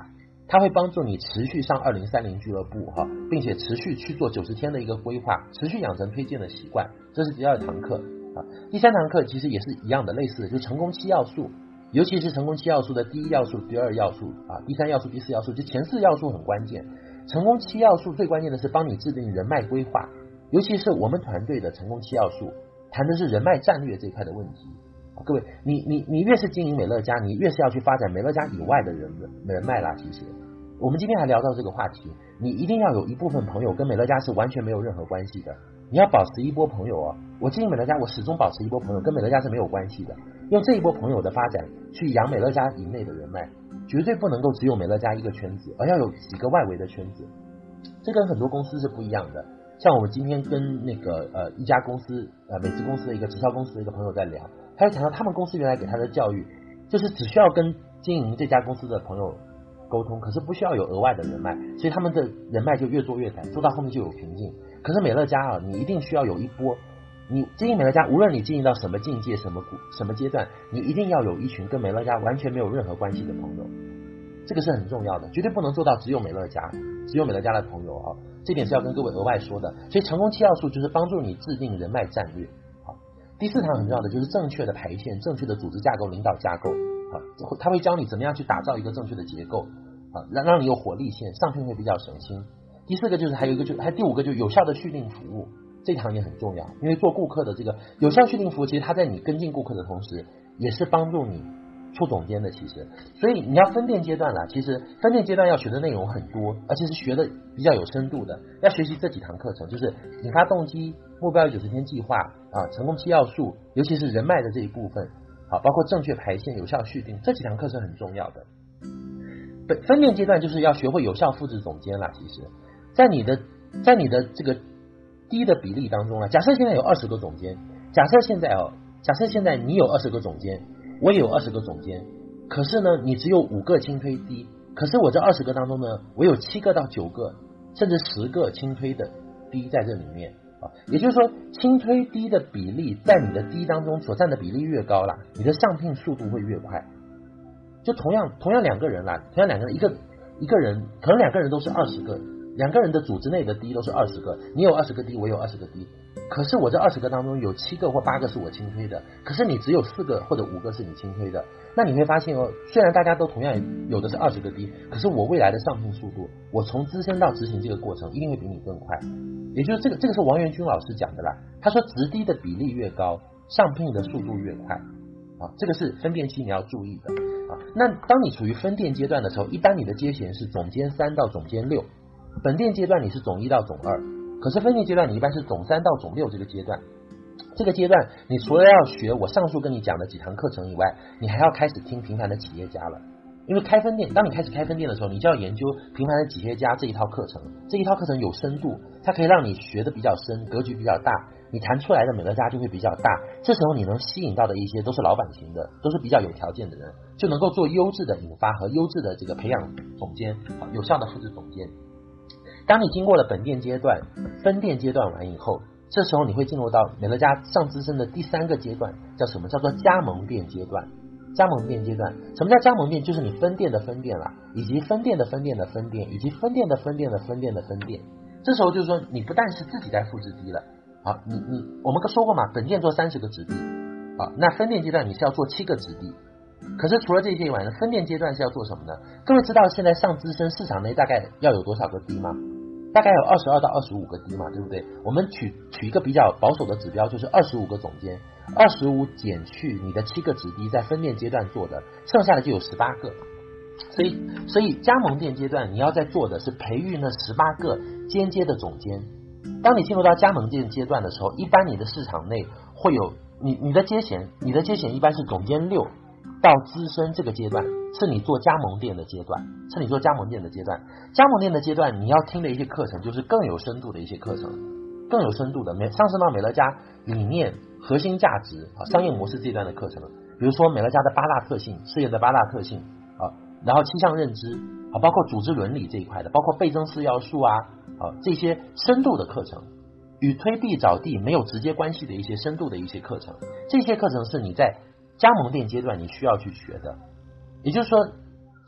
它会帮助你持续上2030俱乐部哈，并且持续去做90天的一个规划，持续养成推荐的习惯，这是第2堂课啊。第3堂课其实也是一样的，类似的，就是成功7要素，尤其是成功7要素的第1要素、第2要素啊、第3要素、第4要素，就前4要素很关键。成功7要素最关键的是帮你制定人脉规划，尤其是我们团队的成功7要素，谈的是人脉战略这一块的问题。各位，你越是经营美乐家，你越是要去发展美乐家以外的人脉啦。其实我们今天还聊到这个话题，你一定要有一部分朋友跟美乐家是完全没有任何关系的，你要保持一波朋友哦。我经营美乐家，我始终保持一波朋友，跟美乐家是没有关系的，用这一波朋友的发展去养美乐家以内的人脉，绝对不能够只有美乐家一个圈子，而要有几个外围的圈子。这跟很多公司是不一样的。像我们今天跟那个一家公司美资公司的一个直销公司的一个朋友在聊，他就谈到他们公司原来给他的教育就是只需要跟经营这家公司的朋友沟通，可是不需要有额外的人脉，所以他们的人脉就越做越窄，做到后面就有瓶颈。可是美乐家啊，你一定需要有一波，你经营美乐家，无论你经营到什么境界、什么阶段，你一定要有一群跟美乐家完全没有任何关系的朋友，这个是很重要的，绝对不能做到只有美乐家的朋友啊，这点是要跟各位额外说的。所以成功7要素就是帮助你制定人脉战略。好，第4堂很重要的就是正确的排线、正确的组织架构、领导架构。好，他会教你怎么样去打造一个正确的结构，让你有火力线，上聘会比较省心。第4个就是还第5个就是有效的续订服务，这堂也很重要，因为做顾客的这个有效续订服务，其实它在你跟进顾客的同时，也是帮助你出总监的。其实，所以你要分店阶段啦，其实分店阶段要学的内容很多，而且是学的比较有深度的。要学习这几堂课程，就是引发动机、目标90天计划啊、成功7要素，尤其是人脉的这一部分，好，包括正确排线、有效续订，这几堂课是很重要的。分店阶段就是要学会有效复制总监啦。其实，在你的这个低的比例当中啊，假设现在有20个总监，假设现在你有20个总监，我也有20个总监，可是呢，你只有5个轻推低，可是我这20个当中呢，我有7个到9个，甚至10个轻推的低在这里面啊。也就是说，轻推低的比例在你的低当中所占的比例越高啦，你的上聘速度会越快。就同样2个人啦，一个人可能2个人都是20个，2个人的组织内的低都是20个，你有20个低，我有20个低，可是我这20个当中有7个或8个是我轻推的，可是你只有4个或者5个是你轻推的，那你会发现哦，虽然大家都同样有的是20个低，可是我未来的上聘速度，我从资深到执行这个过程一定会比你更快。也就是这个是王元军老师讲的啦，他说直低的比例越高，上聘的速度越快啊，这个是分辨期你要注意的啊。那当你处于分店阶段的时候，一般你的阶衔是总监3到总监6，本店阶段你是总1到总2，可是分店阶段你一般是总3到总6这个阶段。这个阶段你除了要学我上述跟你讲的几堂课程以外，你还要开始听平凡的企业家了。因为开分店，当你开始开分店的时候，你就要研究平凡的企业家这一套课程，这一套课程有深度，它可以让你学的比较深，格局比较大，你谈出来的美乐家就会比较大。这时候你能吸引到的一些都是老板型的，都是比较有条件的人，就能够做优质的引发和优质的这个培养总监，有效的复制总监。当你经过了本店阶段、分店阶段完以后，这时候你会进入到美乐家上资深的第3个阶段，叫什么？叫做加盟店阶段。加盟店阶段，什么叫加盟店？就是你分店的分店啦，以及分店的分店的分店，以及分店的分店的分店的分店。这时候就是说，你不但是自己在复制低了，好，我们说过嘛，本店做30个子弟，好，那分店阶段你是要做7个子弟。可是除了这些以外呢，分店阶段是要做什么呢？各位知道现在上资深市场内大概要有多少个低吗？大概有22到25个低嘛，对不对？我们取一个比较保守的指标，就是25个总监，25减去你的7个子弟在分店阶段做的，剩下的就有18个。所以加盟店阶段你要在做的是培育那18个间接的总监。当你进入到加盟店阶段的时候，一般你的市场内会有你的阶衔一般是总监6到资深这个阶段，是你做加盟店的阶段，加盟店的阶段你要听的一些课程就是更有深度的一些课程，更有深度的上升到美乐家理念、核心价值、商业模式这段的课程，比如说美乐家的8大特性、事业的8大特性然后7项认知包括组织伦理这一块的，包括倍增4要素这些深度的课程，与推币找地没有直接关系的一些深度的一些课程，这些课程是你在加盟店阶段你需要去学的。也就是说，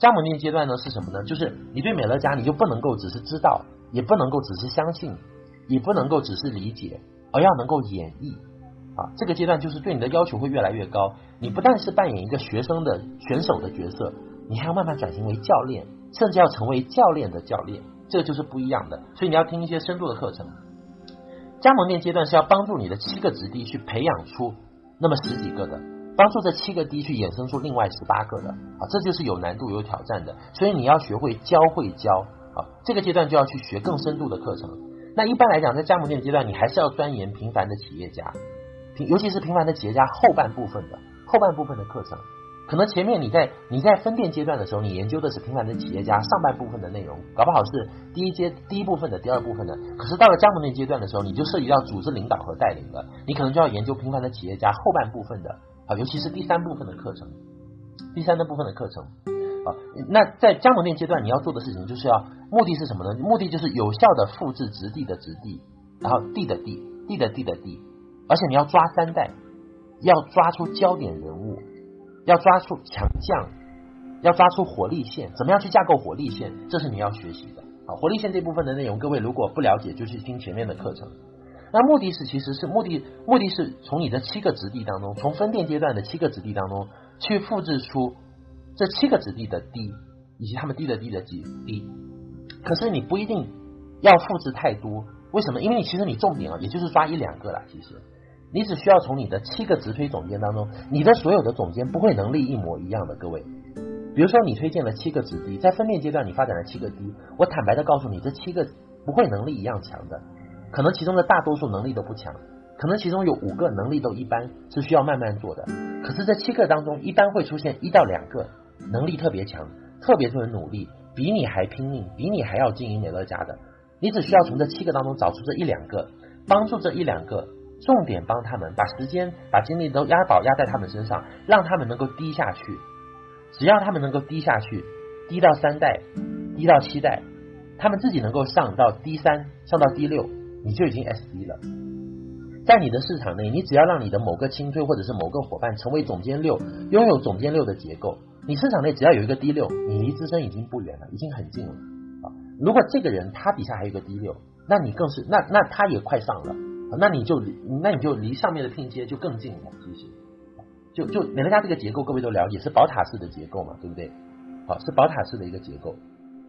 加盟店阶段呢是什么呢？就是你对美乐家你就不能够只是知道，也不能够只是相信，也不能够只是理解，而要能够演绎这个阶段就是对你的要求会越来越高。你不但是扮演一个学生的选手的角色，你还要慢慢转型为教练，甚至要成为教练的教练，这个就是不一样的。所以你要听一些深度的课程。加盟店阶段是要帮助你的7个子弟去培养出那么10几个的，帮助这7个弟去衍生出另外18个的这就是有难度有挑战的。所以你要学会教会教这个阶段就要去学更深度的课程。那一般来讲在加盟店阶段你还是要钻研平凡的企业家，尤其是平凡的企业家后半部分的课程。可能前面你在分店阶段的时候你研究的是平凡的企业家上半部分的内容，搞不好是第一部分的第二部分的，可是到了加盟店阶段的时候你就涉及到组织领导和带领了，你可能就要研究平凡的企业家后半部分的尤其是第3部分的课程。那在加盟店阶段你要做的事情就是目的是什么呢？目的就是有效的复制直弟的直弟，然后弟的弟，弟的弟的弟，而且你要抓3代，要抓出焦点人物，要抓出强将，要抓出火力线，怎么样去架构火力线，这是你要学习的火力线这部分的内容各位如果不了解就去听前面的课程。那目的是从你的7个子弟当中，从分店阶段的7个子弟当中去复制出这7个子弟的弟以及他们弟的弟的弟。可是你不一定要复制太多，为什么？因为其实你重点也就是抓1-2个啦。其实你只需要从你的7个直推总监当中，你的所有的总监不会能力一模一样的。各位，比如说你推荐了7个子弟，在分店阶段你发展了7个弟，我坦白的告诉你，这7个不会能力一样强的，可能其中的大多数能力都不强，可能其中有5个能力都一般，是需要慢慢做的。可是这7个当中一般会出现1到2个能力特别强，特别努力，比你还拼命，比你还要经营美乐家的，你只需要从这7个当中找出这1-2个，帮助这1-2个，重点帮他们把时间把精力都压在他们身上，让他们能够低下去。只要他们能够低下去，低到3代，低到7代，他们自己能够上到D3，上到D6，你就已经 SD 了。在你的市场内，你只要让你的某个轻推或者是某个伙伴成为总监6，拥有总监6的结构，你市场内只要有一个D6，你离资深已经不远了，已经很近了如果这个人他底下还有一个D6，那你更是那他也快上了，那你就离上面的拼接就更近了。其实就美乐家这个结构各位都了解，是宝塔式的结构嘛，对不对？是宝塔式的一个结构。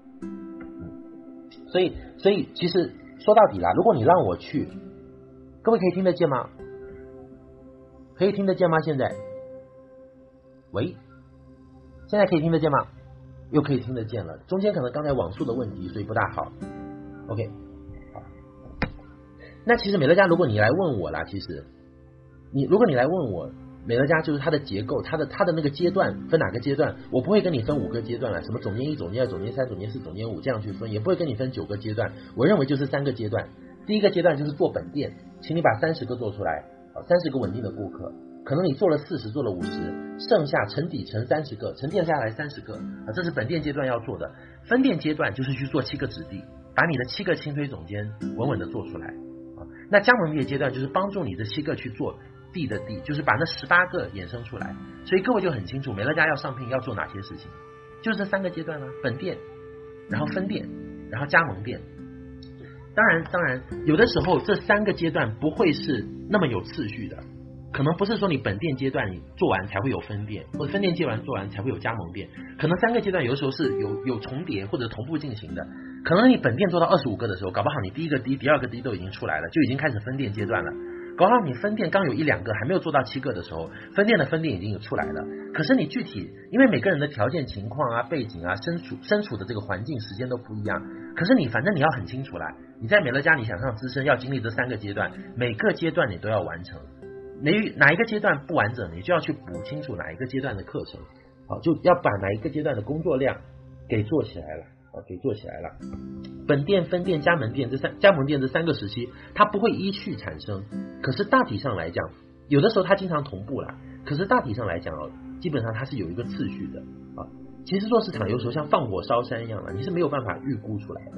所以其实说到底啦，如果你让我去，各位可以听得见吗？可以听得见吗？现在喂，现在可以听得见吗？又可以听得见了，中间可能刚才网速的问题，所以不大好。 OK， 好，那其实美乐家如果你来问我啦，其实如果你来问我美乐家就是它的结构，它的那个阶段分哪个阶段，我不会跟你分5个阶段了，什么总监1、总监2、总监3、总监4、总监5这样去分，也不会跟你分9个阶段，我认为就是3个阶段。第一个阶段就是做本店，请你把30个做出来，30个稳定的顾客，可能你做了40，做了50，剩下沉底沉30个，沉淀下来30个这是本店阶段要做的。分店阶段就是去做7个子弟，把你的7个轻推总监稳稳的做出来那加盟店阶段就是帮助你的7个去做地的地，就是把那18个衍生出来。所以各位就很清楚美乐家要上聘要做哪些事情，就是这3个阶段本店，然后分店，然后加盟店。当然有的时候这3个阶段不会是那么有次序的，可能不是说你本店阶段你做完才会有分店，或者分店阶段做完才会有加盟店，可能3个阶段有的时候是有重叠或者同步进行的。可能你本店做到25个的时候，搞不好你第1个D、第2个D 都已经出来了，就已经开始分店阶段了。搞不好你分店刚有1-2个还没有做到7个的时候，分店的分店已经有出来了。可是你具体因为每个人的条件情况背景身处的这个环境时间都不一样，可是你反正你要很清楚啦，你在美乐家你想上资深要经历这3个阶段，每个阶段你都要完成，哪一个阶段不完整你就要去补清楚哪一个阶段的课程就要把哪一个阶段的工作量给做起来了本店、分店、加盟店这3个时期它不会依序产生，可是大体上来讲有的时候它经常同步啦，可是大体上来讲基本上它是有一个次序的其实做市场有时候像放火烧山一样你是没有办法预估出来的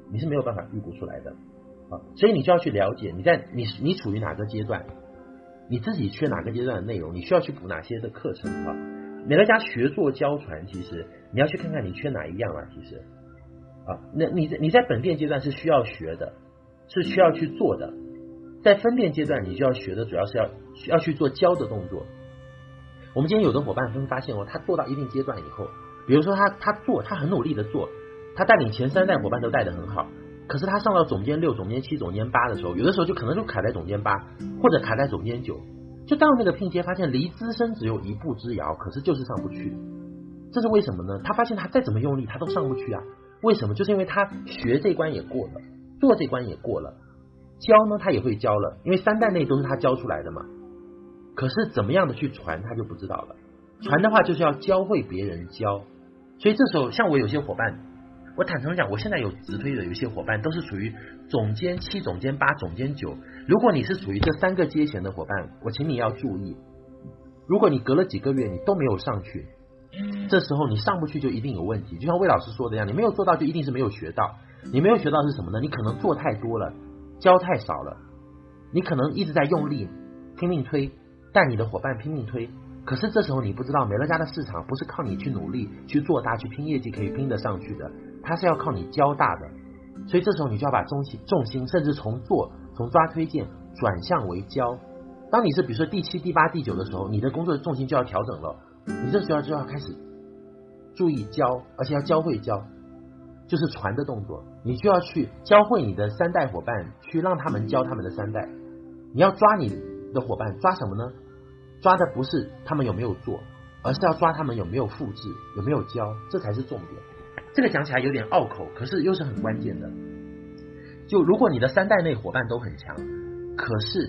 所以你就要去了解你处于哪个阶段，你自己缺哪个阶段的内容，你需要去补哪些的课程美乐家学做教传，其实你要去看看你缺哪一样啊，其实那你在本店阶段是需要学的，是需要去做的，在分店阶段你就要学的主要是要去做教的动作。我们今天有的伙伴会发现他做到一定阶段以后，比如说他很努力的做，他带领前3代伙伴都带得很好，可是他上到总监6、总监7、总监8的时候，有的时候就可能就卡在总监8，或者卡在总监9，就到那个聘阶发现离资深只有一步之遥，可是就是上不去。这是为什么呢？他发现他再怎么用力他都上不去啊。为什么？就是因为他学这关也过了，做这关也过了，教呢他也会教了，因为3代内都是他教出来的嘛。可是怎么样的去传他就不知道了。传的话就是要教会别人教，所以这时候像我有些伙伴，我坦诚讲，我现在有直推的有一些伙伴都是属于总监7、总监8、总监9。如果你是属于这3个阶衔的伙伴，我请你要注意，如果你隔了几个月你都没有上去，这时候你上不去就一定有问题。就像魏老师说的一样，你没有做到就一定是没有学到。你没有学到是什么呢？你可能做太多了，教太少了，你可能一直在用力拼命推，带你的伙伴拼命推，可是这时候你不知道美乐家的市场不是靠你去努力去做大去拼业绩可以拼得上去的，它是要靠你教大的。所以这时候你就要把重心甚至从抓推荐转向为教。当你是比如说第7、第8、第9的时候，你的工作的重心就要调整了，你这时候就要开始注意教，而且要教会教，就是传的动作。你就要去教会你的3代伙伴，去让他们教他们的3代。你要抓你的伙伴，抓什么呢？抓的不是他们有没有做，而是要抓他们有没有复制，有没有教，这才是重点。这个讲起来有点拗口，可是又是很关键的。就如果你的3代内伙伴都很强，可是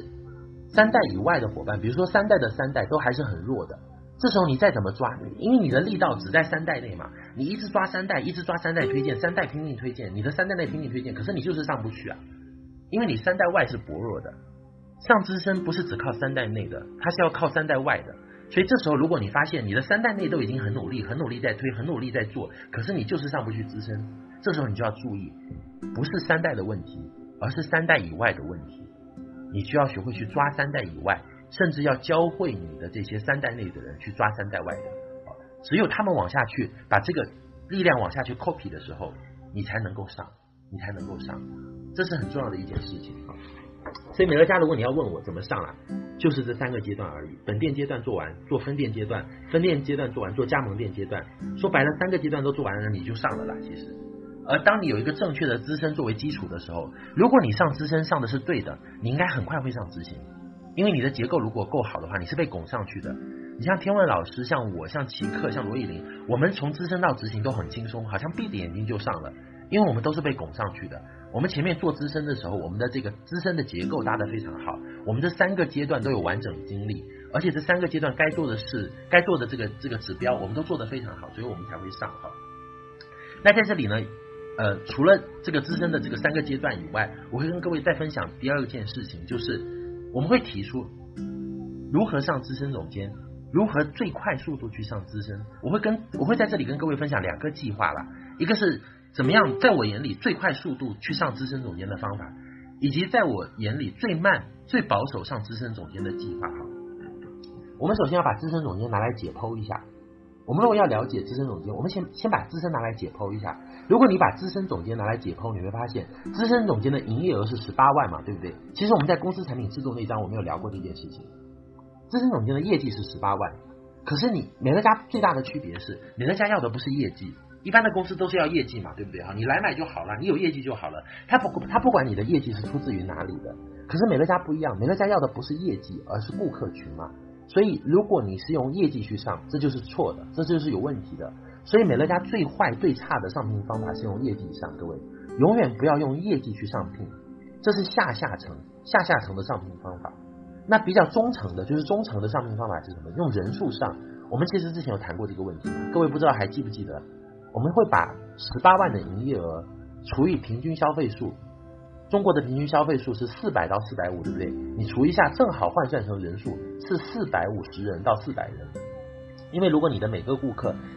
3代以外的伙伴，比如说3代的3代都还是很弱的，这时候你再怎么抓，因为你的力道只在3代内嘛，你一直抓3代，一直抓3代推荐，3代拼命推荐，你的3代内拼命推荐，可是你就是上不去啊，因为你3代外是薄弱的。上资深不是只靠3代内的，它是要靠3代外的。所以这时候如果你发现你的3代内都已经很努力在推，很努力在做，可是你就是上不去资深，这时候你就要注意，不是3代的问题，而是3代以外的问题。你需要学会去抓3代以外，甚至要教会你的这些3代内的人去抓3代外的。只有他们往下去把这个力量往下去 copy 的时候，你才能够上，这是很重要的一件事情。所以美乐家如果你要问我怎么上来，就是这3个阶段而已。本店阶段做完，做分店阶段，分店阶段做完，做加盟店阶段，说白了3个阶段都做完了，你就上了啦。其实而当你有一个正确的资深作为基础的时候，如果你上资深上的是对的，你应该很快会上执行，因为你的结构如果够好的话，你是被拱上去的。你像天问老师，像我，像奇克，像罗以林，我们从资深到执行都很轻松，好像闭着眼睛就上了，因为我们都是被拱上去的。我们前面做资深的时候，我们的这个资深的结构搭得非常好，我们这3个阶段都有完整经历，而且这3个阶段该做的事，该做的这个指标，我们都做得非常好，所以我们才会上哈。那在这里呢，除了这个资深的这个3个阶段以外，我会跟各位再分享第2件事情，就是我们会提出如何上资深总监，如何最快速度去上资深。我会在这里跟各位分享2个计划啦，一个是怎么样在我眼里最快速度去上资深总监的方法，以及在我眼里最慢最保守上资深总监的计划。我们首先要把资深总监拿来解剖一下。我们如果要了解资深总监，我们先把资深拿来解剖一下。如果你把资深总监拿来解剖，你会发现资深总监的营业额是18万嘛，对不对？其实我们在公司产品制度那章我们有聊过这件事情。资深总监的业绩是18万，可是你美乐家最大的区别是，美乐家要的不是业绩，一般的公司都是要业绩嘛，对不对？你来买就好了，你有业绩就好了，他不管你的业绩是出自于哪里的。可是美乐家不一样，美乐家要的不是业绩，而是顾客群嘛。所以如果你是用业绩去上，这就是错的，这就是有问题的。所以美乐家最坏最差的上聘方法是用业绩上，各位永远不要用业绩去上聘，这是下层的上聘方法。那比较中层的，就是中层的上聘方法是什么？用人数上。我们其实之前有谈过这个问题，各位不知道还记不记得？我们会把18万的营业额除以平均消费数，中国的平均消费数是400到450，对不对？你除一下，正好换算成人数是450人到400人。因为如果你的每个顾客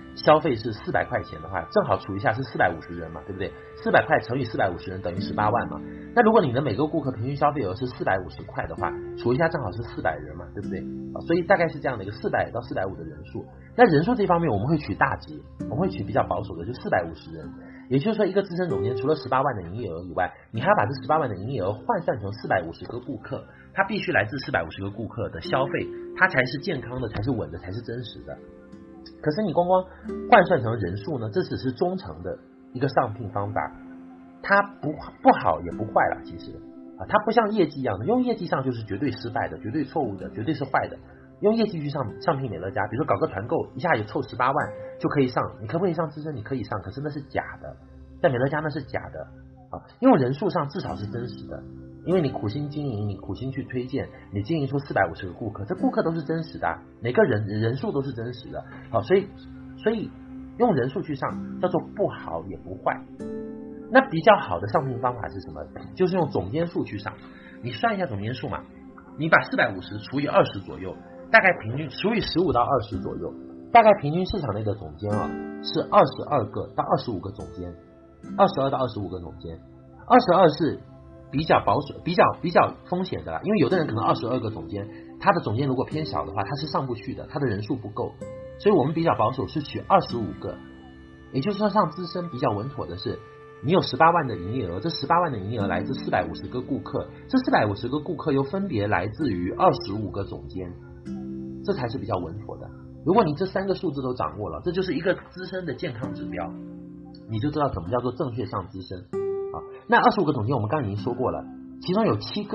消费是400块钱的话，正好除一下是450人嘛，对不对？400块乘以450人等于18万嘛。那如果你的每个顾客平均消费额是450块的话，除一下正好是400人嘛，对不对？所以大概是这样的一个400到450的人数。那人数这方面我们会取大值，我们会取比较保守的，就450人。也就是说，一个资深总监除了18万的营业额以外，你还要把这18万的营业额换算成450个顾客，它必须来自450个顾客的消费，它才是健康的，才是稳的，才是真实的。可是你光换算成人数呢，这只是中层的一个上聘方法，它不好也不坏了，其实它不像业绩一样的，用业绩上就是绝对失败的，绝对错误的，绝对是坏的。用业绩去上聘美乐家，比如说搞个团购，一下有凑18万就可以上，你可不可以上资深？你可以上，可是那是假的，在美乐家那是假的因为人数上至少是真实的，因为你苦心经营，你苦心去推荐，你经营出450个顾客，这顾客都是真实的每个人数都是真实的所以用人数去上叫做不好也不坏。那比较好的上聘方法是什么？就是用总监数去上，你算一下总监数嘛，你把450除以20左右，大概平均除以15到20左右，大概平均市场内的总监是22个到25个总监，22到25个总监，22是比较保守、比较风险的啦，因为有的人可能22个总监，他的总监如果偏小的话，他是上不去的，他的人数不够，所以我们比较保守是取25个，也就是说上资深比较稳妥的是，你有18万的营业额，这18万的营业额来自450个顾客，这450个顾客又分别来自于25个总监，这才是比较稳妥的。如果你这3个数字都掌握了，这就是一个资深的健康指标，你就知道怎么叫做正确上资深那25个总监我们刚刚已经说过了，其中有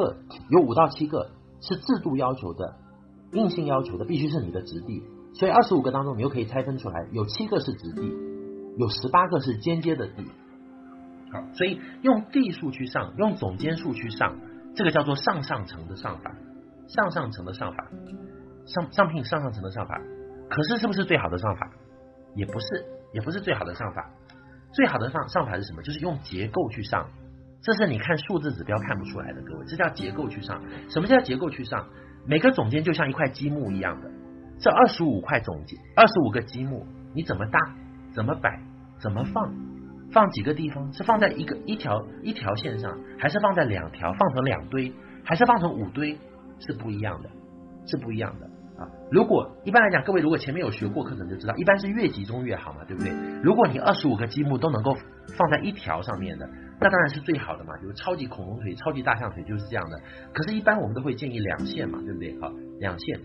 5到7个是制度要求的，硬性要求的，必须是你的直弟，所以25个当中你又可以拆分出来，有7个是直弟，有18个是间接的弟。所以用弟数去上，用总监数去上，这个叫做上层的上法，上层的上法，上聘上层的上法。可是是不是最好的上法？也不是最好的上法。最好的上法是什么？就是用结构去上，这是你看数字指标看不出来的，各位，这叫结构去上。什么叫结构去上？每个总监就像一块积木一样的，这25个积木，你怎么搭，怎么摆，怎么放几个地方，是放在一条线上，还是放在2条，放成2堆，还是放成5堆，是不一样的如果一般来讲，各位如果前面有学过课程就知道，一般是越集中越好嘛，对不对？如果你25个积木都能够放在一条上面的，那当然是最好的嘛，就是超级恐龙腿、超级大象腿就是这样的。可是，一般我们都会建议2线嘛，对不对？两线，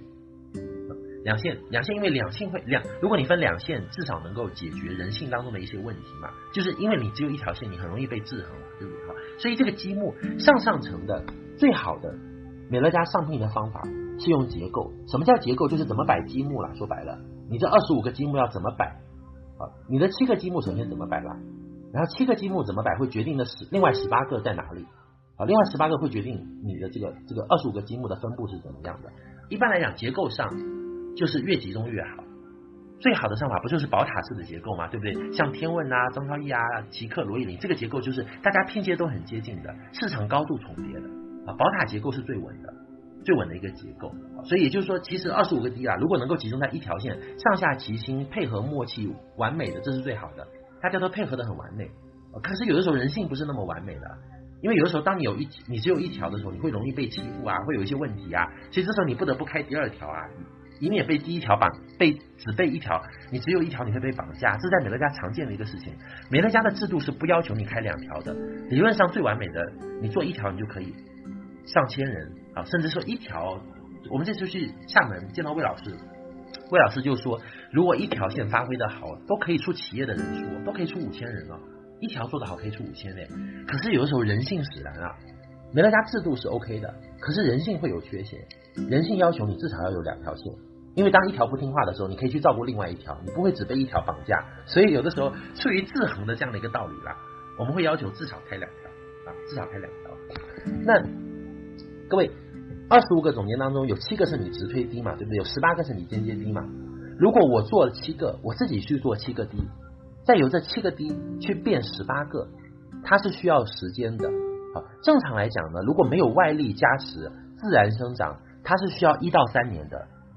因为如果你分2线，至少能够解决人性当中的一些问题嘛。就是因为你只有一条线，你很容易被制衡嘛，对不对？所以这个积木上层的最好的美乐家上聘的方法是用结构。什么叫结构？就是怎么摆积木啦。说白了，你这25个积木要怎么摆你的7个积木首先怎么摆啦，然后7个积木怎么摆会决定的另外18个在哪里另外18个会决定你的这个25个积木的分布是怎么样的。一般来讲，结构上就是越集中越好。最好的上法不就是宝塔式的结构嘛，对不对？像天问张超毅奇克罗伊林，这个结构就是大家拼接都很接近的，市场高度重叠的宝塔结构是最稳的一个结构。所以也就是说，其实25个 D 如果能够集中在一条线，上下齐心，配合默契完美的，这是最好的，大家都配合的很完美。可是有的时候人性不是那么完美的，因为有的时候当你只有一条的时候，你会容易被欺负会有一些问题所以这时候你不得不开第2条以免被第1条只被1条，你只有1条你会被绑架，这在美乐家常见的一个事情。美乐家的制度是不要求你开2条的，理论上最完美的，你做1条你就可以上千人甚至说1条。我们这次去厦门见到魏老师就说，如果1条线发挥的好，都可以出企业的人数，都可以出5000人1条做得好可以出5000嘞。可是有的时候人性使然美乐家制度是 OK 的，可是人性会有缺陷，人性要求你至少要有2条线，因为当1条不听话的时候，你可以去照顾另外1条，你不会只被1条绑架。所以有的时候出于制衡的这样的一个道理我们会要求至少开2条至少开2条。那各位，25个总监当中有7个是你直推低嘛，对不对？有18个是你间接低嘛。如果我做了7个，我自己去做7个低，再由这7个低去变18个，它是需要时间的正常来讲呢，如果没有外力加持，自然生长，它是需要1到3年的。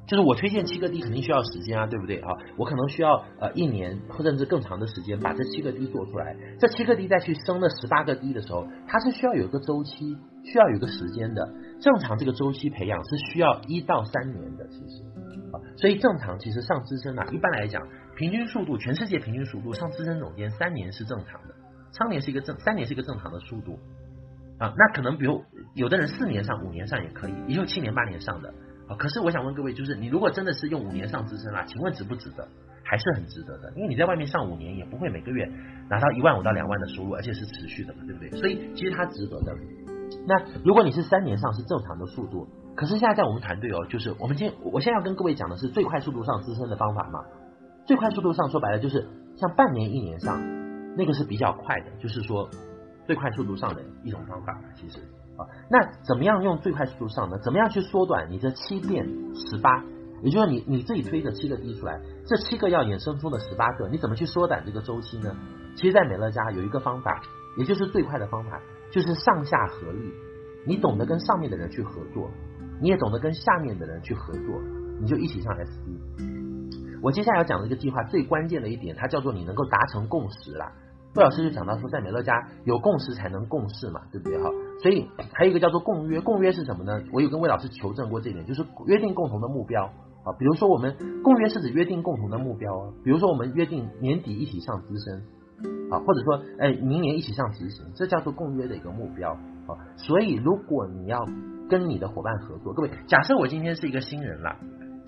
就是我推荐7个低肯定需要时间啊，对不对啊？我可能需要1年或甚至更长的时间把这7个低做出来，这7个低再去升了18个低的时候，它是需要有一个周期，需要有一个时间的。正常这个周期培养是需要1到3年的，其实所以正常其实上资深一般来讲平均速度，全世界平均速度上资深总监3年是正常的，3年是一个正常的速度那可能比如有的人4年上5年上也可以，也有7年8年上的可是我想问各位，就是你如果真的是用5年上资深请问值不值得？还是很值得的，因为你在外面上5年也不会每个月拿到15000到2万的收入，而且是持续的嘛，对不对？所以其实它值得的。那如果你是3年上是正常的速度，可是现在在我们团队就是我现在要跟各位讲的是最快速度上资深的方法嘛。最快速度上说白了就是像半年1年上，那个是比较快的，就是说最快速度上的一种方法其实那怎么样用最快速度上呢？怎么样去缩短你这7变18？也就是说你自己推着7个低出来，这7个要衍生出的18个，你怎么去缩短这个周期呢？其实在美乐家有一个方法，也就是最快的方法，就是上下合力。你懂得跟上面的人去合作，你也懂得跟下面的人去合作，你就一起上 SD。 我接下来要讲的一个计划最关键的一点，它叫做你能够达成共识啦。魏老师就讲到说，在美乐家有共识才能共事嘛，对不对所以还有一个叫做共约。共约是什么呢？我有跟魏老师求证过这一点，就是约定共同的目标比如说我们共约是指约定共同的目标比如说我们约定年底一起上资深或者说明年一起上执行，这叫做共约的一个目标所以如果你要跟你的伙伴合作，各位假设我今天是一个新人啦，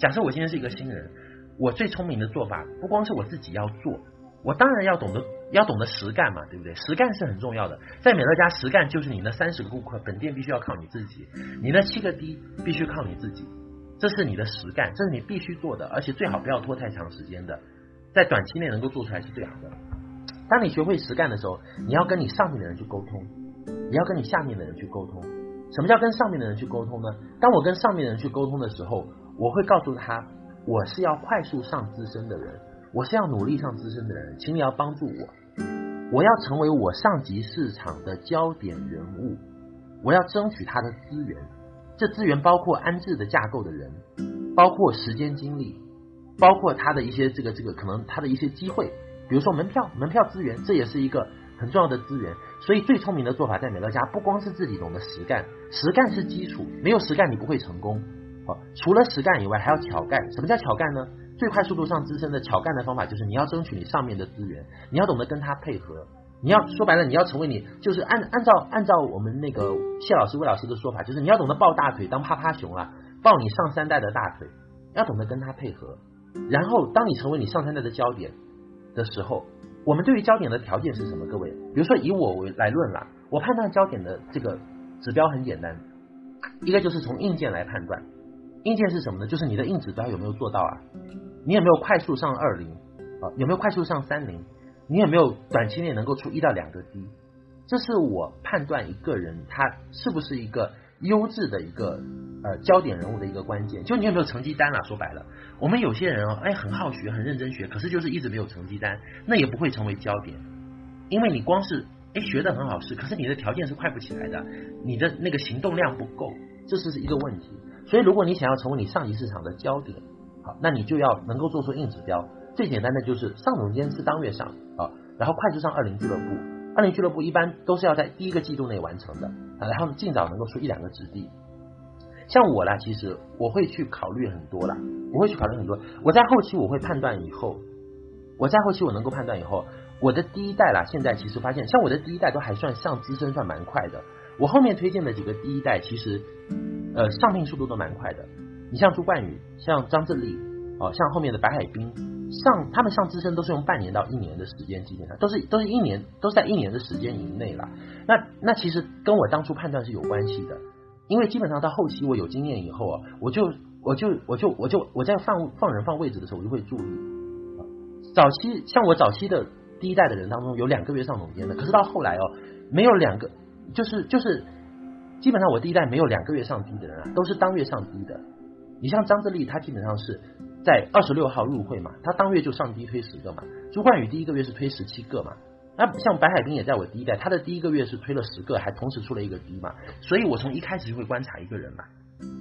我最聪明的做法不光是我自己要做，我当然要懂得实干嘛，对不对？实干是很重要的。在美乐家实干就是你那30个顾客本店必须要靠你自己，你那7个低必须靠你自己，这是你的实干，这是你必须做的，而且最好不要拖太长时间的，在短期内能够做出来是最好的。当你学会实干的时候，你要跟你上面的人去沟通，也要跟你下面的人去沟通。什么叫跟上面的人去沟通呢？当我跟上面的人去沟通的时候，我会告诉他，我是要快速上资深的人，我是要努力上资深的人，请你要帮助我要成为我上级市场的焦点人物，我要争取他的资源，这资源包括安置的架构的人，包括时间精力，包括他的一些这个可能他的一些机会，比如说门票资源，这也是一个很重要的资源。所以最聪明的做法在美乐家不光是自己懂得实干是基础，没有实干你不会成功除了实干以外还要巧干。什么叫巧干呢？最快速度上资深的巧干的方法就是你要争取你上面的资源，你要懂得跟他配合，你要说白了你要成为你就是按照我们那个谢老师魏老师的说法，就是你要懂得抱大腿当趴趴熊抱你上3代的大腿，要懂得跟他配合。然后当你成为你上3代的焦点的时候，我们对于焦点的条件是什么？各位，比如说以我来论啦，我判断焦点的这个指标很简单，一个就是从硬件来判断。硬件是什么呢？就是你的硬指标有没有做到你有没有快速上20有没有快速上30，你有没有短期内能够出1到2个低，这是我判断一个人他是不是一个优质的一个焦点人物的一个关键。就你有没有成绩单说白了，我们有些人很好学很认真学，可是就是一直没有成绩单，那也不会成为焦点，因为你光是学得很好是，可是你的条件是快不起来的，你的那个行动量不够，这是一个问题。所以如果你想要成为你上级市场的焦点，好，那你就要能够做出硬指标。最简单的就是上总监是当月上然后快速上20俱乐部，20俱乐部一般都是要在第1个季度内完成的然后尽早能够出1-2个质地。像我啦，其实我会去考虑很多，我在后期我会判断以后，我能够判断以后，我的第1代啦，现在其实发现像我的第1代都还算上资深算蛮快的，我后面推荐的几个第1代其实上聘速度都蛮快的。你像朱冠宇，像张振利像后面的白海滨他们上资深都是用半年到1年的时间，基本上都是1年，都是在1年的时间以内啦。那其实跟我当初判断是有关系的，因为基本上到后期我有经验以后我在放人放位置的时候我就会注意像我早期的第1代的人当中有2个月上总监的，可是到后来没有2个，就是基本上我第1代没有2个月上低的人都是当月上低的。你像张志立他基本上是在26号入会嘛，他当月就上低推10个嘛。朱冠宇第1个月是推17个嘛。那像白海滨也在我第1代，他的第1个月是推了10个，还同时出了1个低嘛。所以我从一开始就会观察一个人嘛，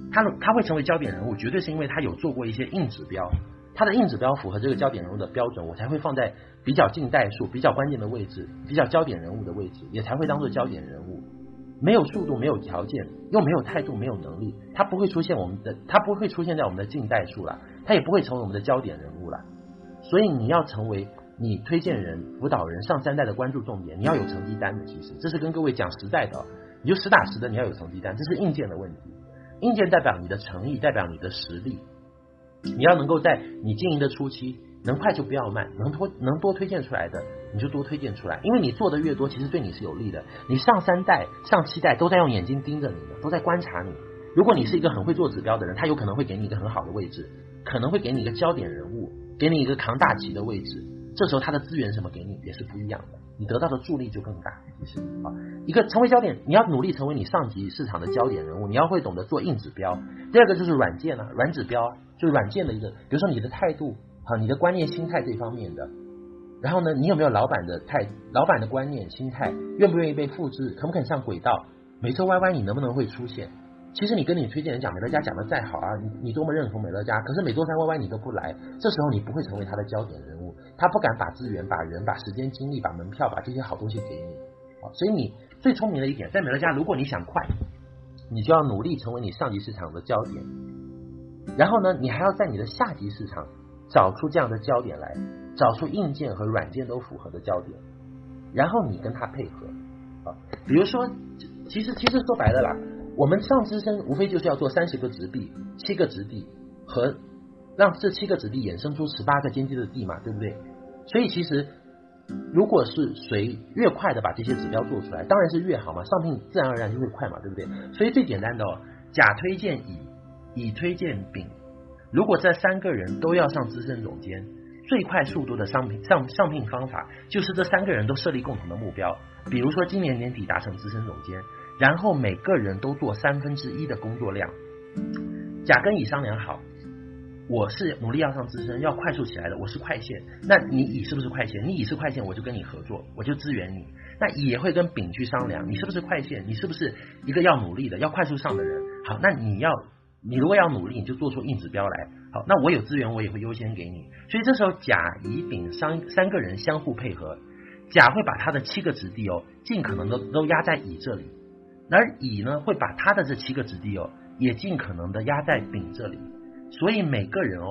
他会成为焦点人物，绝对是因为他有做过一些硬指标，他的硬指标符合这个焦点人物的标准，我才会放在比较近代数、比较关键的位置、比较焦点人物的位置，也才会当做焦点人物。没有速度，没有条件，又没有态度，没有能力，他不会出现在我们的近代数了，他也不会成为我们的焦点人物了。所以你要成为你推荐人、辅导人上3代的关注重点，你要有成绩单的。其实这是跟各位讲实在的，你就实打实的，你要有成绩单，这是硬件的问题。硬件代表你的诚意，代表你的实力。你要能够在你经营的初期，能快就不要慢，能多推荐出来的你就多推荐出来，因为你做的越多，其实对你是有利的。你上3代、上7代都在用眼睛盯着你呢，都在观察你。如果你是一个很会做指标的人，他有可能会给你一个很好的位置，可能会给你一个焦点人物，给你一个扛大旗的位置。这时候他的资源什么给你也是不一样的，你得到的助力就更大。其实一个成为焦点，你要努力成为你上级市场的焦点人物，你要会懂得做硬指标。第二个就是软件啊，软指标就是软件的一个，比如说你的态度你的观念心态这方面的。然后呢，你有没有老板的观念心态，愿不愿意被复制，肯不肯上轨道，每周 YY 你能不能会出现。其实你跟你推荐人讲美乐家讲的再好啊，你多么认同美乐家，可是每周3 YY 你都不来，这时候你不会成为他的焦点人物，他不敢把资源、把人、把时间精力、把门票、把这些好东西给你。所以你最聪明的一点，在美乐家如果你想快，你就要努力成为你上级市场的焦点，然后呢，你还要在你的下级市场找出这样的焦点来，找出硬件和软件都符合的焦点，然后你跟他配合。比如说其实说白了啦，我们上资深无非就是要做30个直臂、7个直地，和让这7个直地衍生出18个间接的地嘛，对不对？所以其实如果是谁越快的把这些指标做出来，当然是越好嘛，上聘自然而然就会快嘛，对不对？所以最简单的甲推荐乙，乙推荐丙，如果这3个人都要上资深总监，最快速度的上聘方法就是这3个人都设立共同的目标，比如说今年年底达成资深总监，然后每个人都做1/3的工作量。甲跟乙商量好，我是努力要上资深，要快速起来的，我是快线，那你乙是不是快线？你乙是快线，我就跟你合作，我就支援你。那乙也会跟丙去商量，你是不是快线？你是不是一个要努力的、要快速上的人？好，那你如果要努力，你就做出硬指标来。好，那我有资源，我也会优先给你。所以这时候甲、乙、丙三个人相互配合，甲会把他的7个子弟尽可能的都压在乙这里，而乙呢会把他的这7个子弟也尽可能的压在丙这里。所以每个人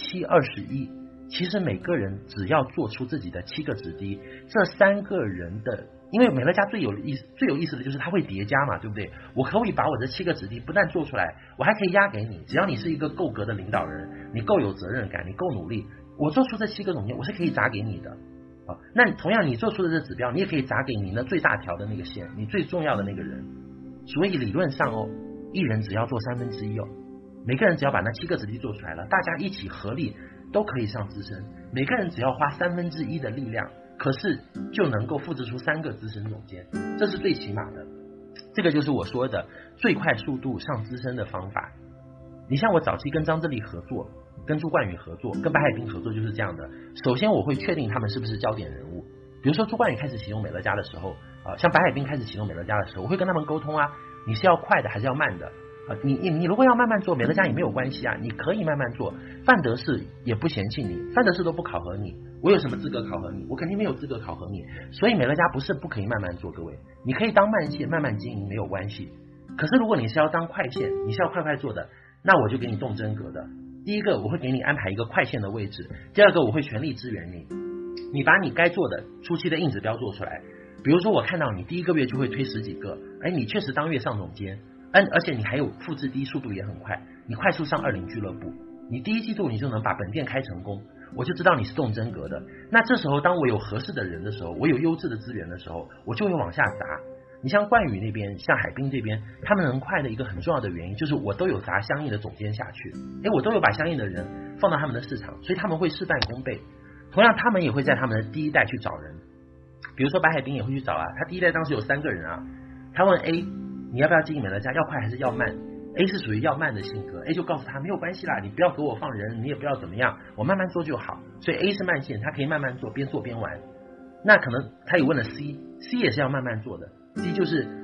3、7、21，其实每个人只要做出自己的7个子弟，这3个人的。因为美乐家最有意思的就是它会叠加嘛，对不对？我可以把我的7个子弟不但做出来，我还可以压给你。只要你是一个够格的领导人，你够有责任感，你够努力，我做出这7个总监，我是可以砸给你的。那同样你做出的这指标，你也可以砸给你那最大条的那个线，你最重要的那个人。所以理论上一人只要做1/3每个人只要把那7个子弟做出来了，大家一起合力都可以上资深，每个人只要花1/3的力量。可是就能够复制出3个资深总监，这是最起码的。这个就是我说的最快速度上资深的方法。你像我早期跟张智霖合作，跟朱冠宇合作，跟白海滨合作就是这样的。首先我会确定他们是不是焦点人物，比如说朱冠宇开始启用美乐家的时候像白海滨开始启用美乐家的时候，我会跟他们沟通啊，你是要快的还是要慢的你如果要慢慢做，美乐家也没有关系啊，你可以慢慢做。范德士也不嫌弃你，范德士都不考核你，我有什么资格考核你？我肯定没有资格考核你。所以美乐家不是不可以慢慢做，各位，你可以当慢线慢慢经营没有关系。可是如果你是要当快线，你是要快快做的，那我就给你动真格的。第一个，我会给你安排一个快线的位置；第二个，我会全力支援你。你把你该做的初期的硬指标做出来，比如说我看到你第1个月就会推10几个，你确实当月上总监。而且你还有复制低，速度也很快，你快速上20俱乐部，你第1季度你就能把本店开成功，我就知道你是动真格的。那这时候当我有合适的人的时候，我有优质的资源的时候，我就会往下砸。你像冠宇那边，像海滨这边，他们能快的一个很重要的原因就是我都有砸相应的总监下去，我都有把相应的人放到他们的市场，所以他们会事半功倍。同样他们也会在他们的第1代去找人，比如说白海滨也会去找他第1代当时有3个人他问 A你要不要经营美乐家，要快还是要慢？ A 是属于要慢的性格， A 就告诉他没有关系啦，你不要给我放人，你也不要怎么样，我慢慢做就好。所以 A 是慢线，他可以慢慢做，边做边玩。那可能他也问了 C 也是要慢慢做的， C 就是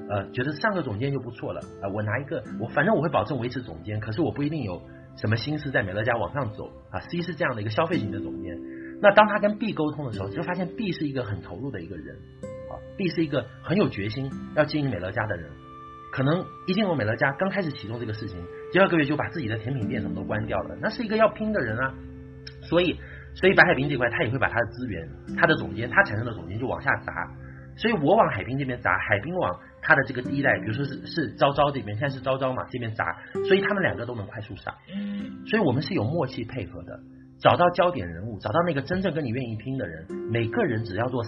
觉得上个总监就不错了我拿一个反正我会保证维持总监，可是我不一定有什么心思在美乐家往上走C 是这样的一个消费型的总监。那当他跟 B 沟通的时候，就发现 B 是一个很投入的一个人B 是一个很有决心要经营美乐家的人，可能一进入美乐家刚开始启动这个事情，第2个月就把自己的甜品店什么都关掉了，那是一个要拼的人啊。所以白海滨这块他也会把他的资源，他的总监，他产生的总监就往下砸，所以我往海滨这边砸，海滨往他的这个第一代，比如说是昭昭这边，现在是昭昭嘛这边砸，所以他们2个都能快速上，所以我们是有默契配合的，找到焦点人物，找到那个真正跟你愿意拼的人，每个人只要做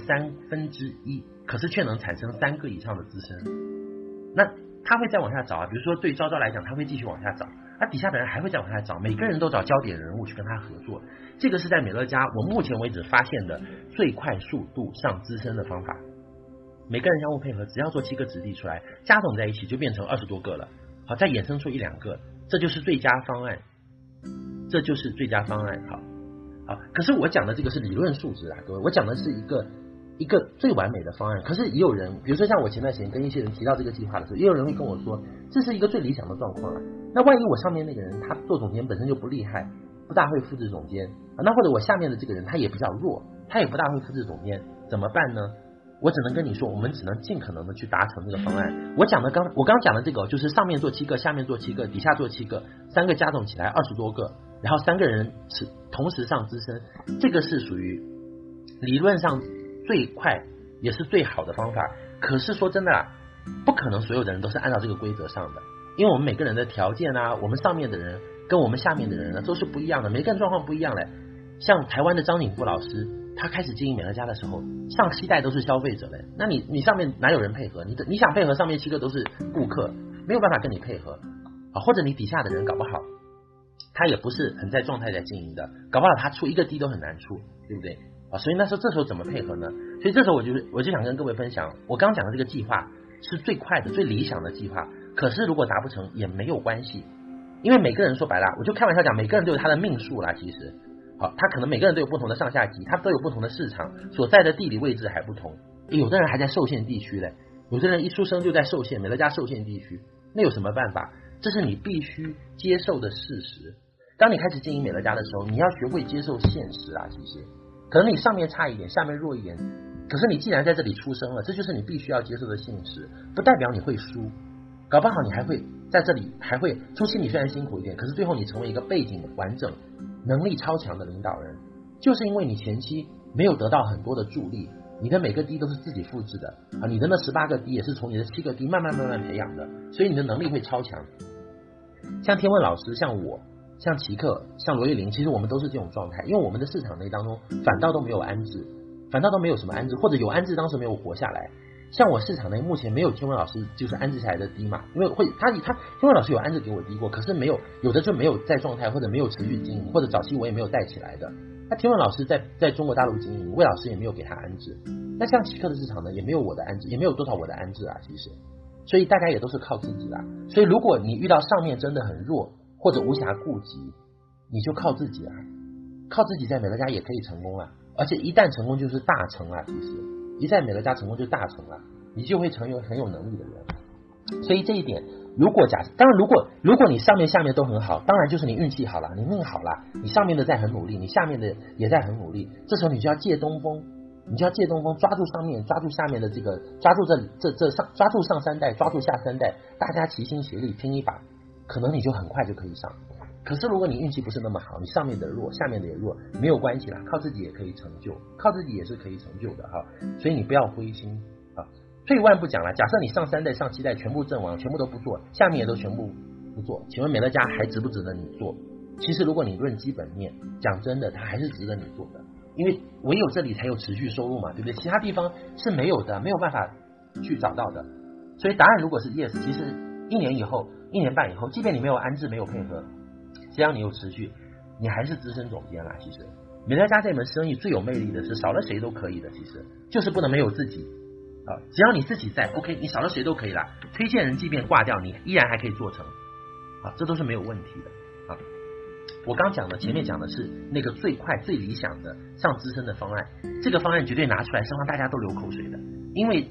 1/3，可是却能产生3个以上的资深，那他会再往下找比如说对昭昭来讲，他会继续往下找，那底下的人还会再往下找，每个人都找焦点人物去跟他合作，这个是在美乐家我目前为止发现的最快速度上资深的方法。每个人相互配合，只要做7个子弟出来，加总在一起就变成20多个了，好，再衍生出1-2个，这就是最佳方案，这就是最佳方案。好，可是我讲的这个是理论数值各位，我讲的是一个最完美的方案。可是也有人，比如说像我前段时间跟一些人提到这个计划的时候，也有人会跟我说，这是一个最理想的状况那万一我上面那个人他做总监本身就不厉害，不大会复制总监那或者我下面的这个人他也比较弱，他也不大会复制总监，怎么办呢？我只能跟你说，我们只能尽可能的去达成这个方案。我刚讲的这个就是上面做7个，下面做7个，底下做7个，3个加总起来20多个，然后3个人同时上资深，这个是属于理论上最快也是最好的方法。可是说真的不可能所有的人都是按照这个规则上的，因为我们每个人的条件我们上面的人跟我们下面的人都是不一样的，每个人状况不一样嘞。像台湾的张景富老师，他开始经营美乐家的时候，上7代都是消费者嘞，那你上面哪有人配合？你想配合，上面7个都是顾客，没有办法跟你配合或者你底下的人搞不好他也不是很在状态在经营的，搞不好他出1个 D 都很难出，对不对所以那时候这时候怎么配合呢？所以这时候我就想跟各位分享，我刚讲的这个计划是最快的最理想的计划，可是如果达不成也没有关系，因为每个人说白了，我就开玩笑讲，每个人都有他的命数啦，其实他可能每个人都有不同的上下级，他都有不同的市场，所在的地理位置还不同，有的人还在受限地区嘞，有的人一出生就在受限，美乐家受限地区，那有什么办法？这是你必须接受的事实。当你开始经营美乐家的时候，你要学会接受现实其实可能你上面差一点，下面弱一点，可是你既然在这里出生了，这就是你必须要接受的现实，不代表你会输，搞不好你还会在这里还会初期你虽然辛苦一点，可是最后你成为一个背景完整能力超强的领导人，就是因为你前期没有得到很多的助力，你的每个 D 都是自己复制的你的那18个 D 也是从你的7个 D 慢慢培养的，所以你的能力会超强。像天问老师，像我，像奇克，像罗玉玲，其实我们都是这种状态，因为我们的市场内当中反倒都没有安置，反倒都没有什么安置，或者有安置当时没有活下来。像我市场内目前没有天文老师就是安置下来的低嘛，因为他天文老师有安置给我低过，可是有的就没有在状态，或者没有持续经营，或者早期我也没有带起来的。那天文老师在中国大陆经营，魏老师也没有给他安置。那像奇克的市场呢，也没有我的安置，也没有多少我的安置其实，所以大家也都是靠自己所以如果你遇到上面真的很弱，或者无暇顾及，你就靠自己靠自己在美乐家也可以成功而且一旦成功就是大成其实一在美乐家成功就大成你就会成为很有能力的人。所以这一点，当然如果你上面下面都很好，当然就是你运气好了，你命好了，你上面的在很努力，你下面的也在很努力，这时候你就要借东风，抓住上面，抓住下面的这个，抓住抓住上3代，抓住下3代，大家齐心协力拼一把，可能你就很快就可以上。可是如果你运气不是那么好，你上面的弱，下面的也弱，没有关系啦，靠自己也可以成就，靠自己也是可以成就的所以你不要灰心退一万步讲了，假设你上3代上7代全部阵亡，全部都不做，下面也都全部不做，请问美乐家还值不值得你做？其实如果你论基本面，讲真的，它还是值得你做的，因为唯有这里才有持续收入嘛，对不对？其他地方是没有的，没有办法去找到的。所以答案如果是 yes， 其实1年以后1年半以后，即便你没有安置没有配合，只要你有持续，你还是资深总监啦。其实美乐家这门生意最有魅力的是少了谁都可以的，其实就是不能没有自己只要你自己在 OK， 你少了谁都可以啦，推荐人即便挂掉，你依然还可以做成这都是没有问题的我刚讲的前面讲的是那个最快最理想的上资深的方案，这个方案绝对拿出来是让大家都流口水的，因为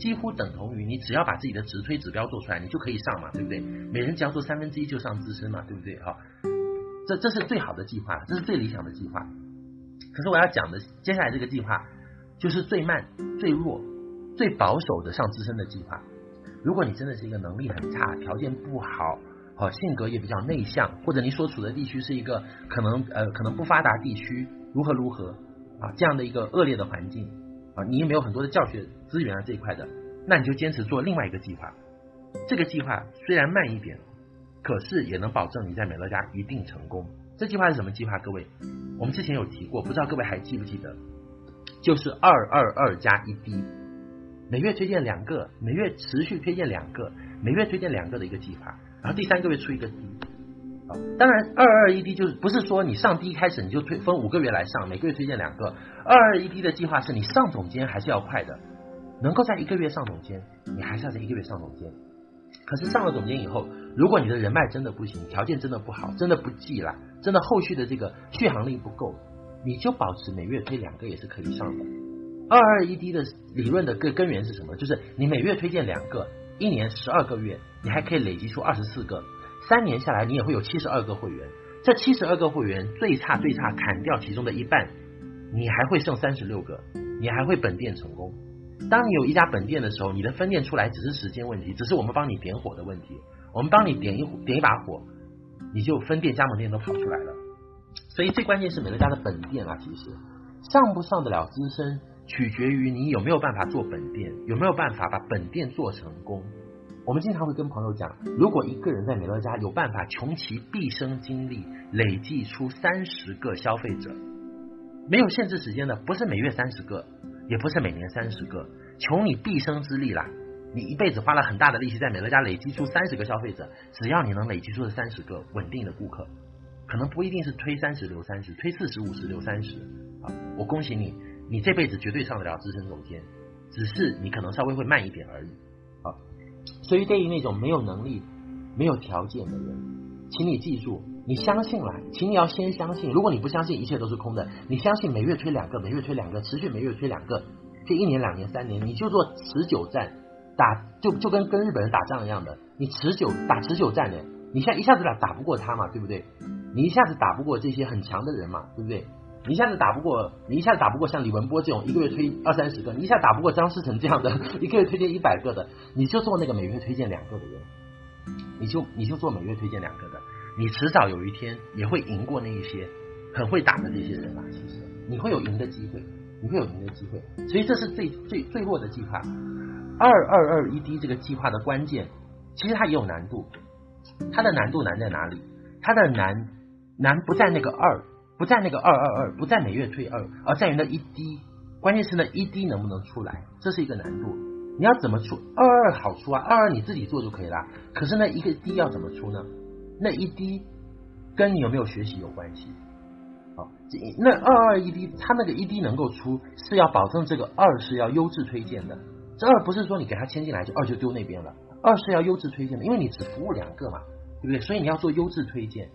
几乎等同于你只要把自己的直推指标做出来，你就可以上嘛，对不对？每人只要做1/3就上资深嘛，对不对？好，这是最好的计划，这是最理想的计划。可是我要讲的接下来这个计划就是最慢、最弱、最保守的上资深的计划。如果你真的是一个能力很差、条件不好、性格也比较内向，或者你所处的地区是一个可能不发达地区，如何这样的一个恶劣的环境你也没有很多的教学资源这一块的，那你就坚持做另外一个计划。这个计划虽然慢一点，可是也能保证你在美乐家一定成功。这计划是什么计划？各位，我们之前有提过，不知道各位还记不记得？就是222加1D，每月推荐2个，每月持续推荐2个，每月推荐2个的一个计划，然后第3个月出一个 D。当然221D 就是不是说你上 D 开始你就分5个月来上，每个月推荐2个。221D 的计划是你上总监还是要快的，能够在1个月上总监，你还是要在1个月上总监。可是上了总监以后，如果你的人脉真的不行，条件真的不好，真的不济了，真的后续的这个续航力不够，你就保持每月推2个也是可以上的。221D 的理论的根源是什么？就是你每月推荐2个，1年12个月，你还可以累积出24个，3年下来你也会有72个会员。这72个会员最差砍掉其中的一半，你还会剩36个，你还会本店成功。当你有一家本店的时候，你的分店出来只是时间问题，只是我们帮你点火的问题，我们帮你点一把火，你就分店加盟店都跑出来了。所以最关键是美乐家的本店其实上不上得了资深，取决于你有没有办法做本店，有没有办法把本店做成功。我们经常会跟朋友讲，如果一个人在美乐家有办法穷其毕生精力累计出30个消费者，没有限制时间的，不是每月30个，也不是每年30个，穷你毕生之力啦，你一辈子花了很大的力气在美乐家累积出30个消费者，只要你能累积出30个稳定的顾客，可能不一定是推30留30，推40 50留30我恭喜你，你这辈子绝对上得了资深总监，只是你可能稍微会慢一点而已所以对于那种没有能力没有条件的人，请你记住，你相信了，请你要先相信。如果你不相信，一切都是空的。你相信每月推2个，每月推2个，持续每月推2个，这1年2年3年，你就做持久战，就跟日本人打仗一样的，你打持久战的，你一下子打不过他嘛，对不对？你一下子打不过这些很强的人嘛，对不对？你一下子打不过像李文波这种1个月推20-30个，你一下打不过张士诚这样的1个月推荐100个的，你就做那个每月推荐2个的人，你就做每月推荐2个的，你迟早有一天也会赢过那一些很会打的这些人其实你会有赢的机会，所以这是最弱的计划。221D 这个计划的关键，其实它也有难度，它的难度难在哪里？它的难不在那个2，不在那个222，不在每月推2，而在于那1D。关键是那1D 能不能出来，这是一个难度。你要怎么出？22好出22你自己做就可以了。可是那一个 D 要怎么出呢？那1D跟你有没有学习有关系。那221D 它那个1D 能够出，是要保证这个2是要优质推荐的。这2不是说你给他签进来就2就丢那边了，2是要优质推荐的，因为你只服务2个嘛，对不对？所以你要做优质推荐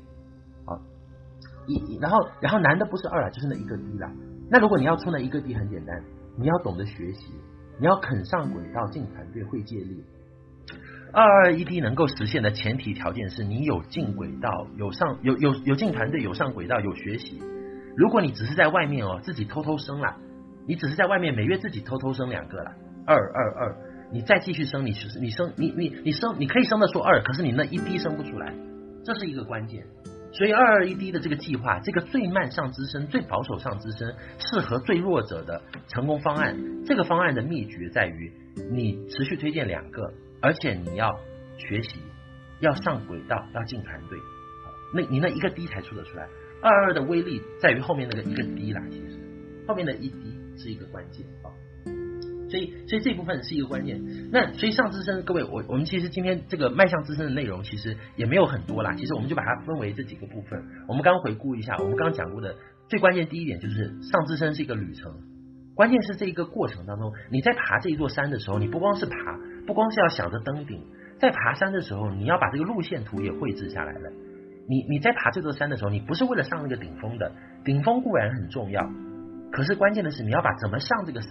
然后难的不是2就是那一个 D 啦。那如果你要出那一个 D 很简单，你要懂得学习，你要肯上轨道，进团队，会借力。221D 能够实现的前提条件是你有进轨道，有进团队，有上轨道，有学习。如果你只是在外面自己偷偷升啦，你只是在外面每月自己偷偷升2个啦，222，你再继续升，你可以升得出2，可是你那1D 升不出来，这是一个关键。所以221D 的这个计划，这个最慢上资深、最保守上资深、适合最弱者的成功方案，这个方案的秘诀在于你持续推荐2个，而且你要学习，要上轨道，要进团队，你那一个 D 才出得出来。22的威力在于后面那个一个 D 啦，其实后面的1D 是一个关键所以这部分是一个关键。那所以上资深，各位，我们其实今天这个迈向资深的内容其实也没有很多啦，其实我们就把它分为这几个部分。我们刚回顾一下，我们刚讲过的最关键第一点就是上资深是一个旅程，关键是这一个过程当中，你在爬这一座山的时候，你不光是爬，不光是要想着登顶，在爬山的时候，你要把这个路线图也绘制下来了。你在爬这座山的时候，你不是为了上那个顶峰的，顶峰固然很重要，可是关键的是你要把怎么上这个山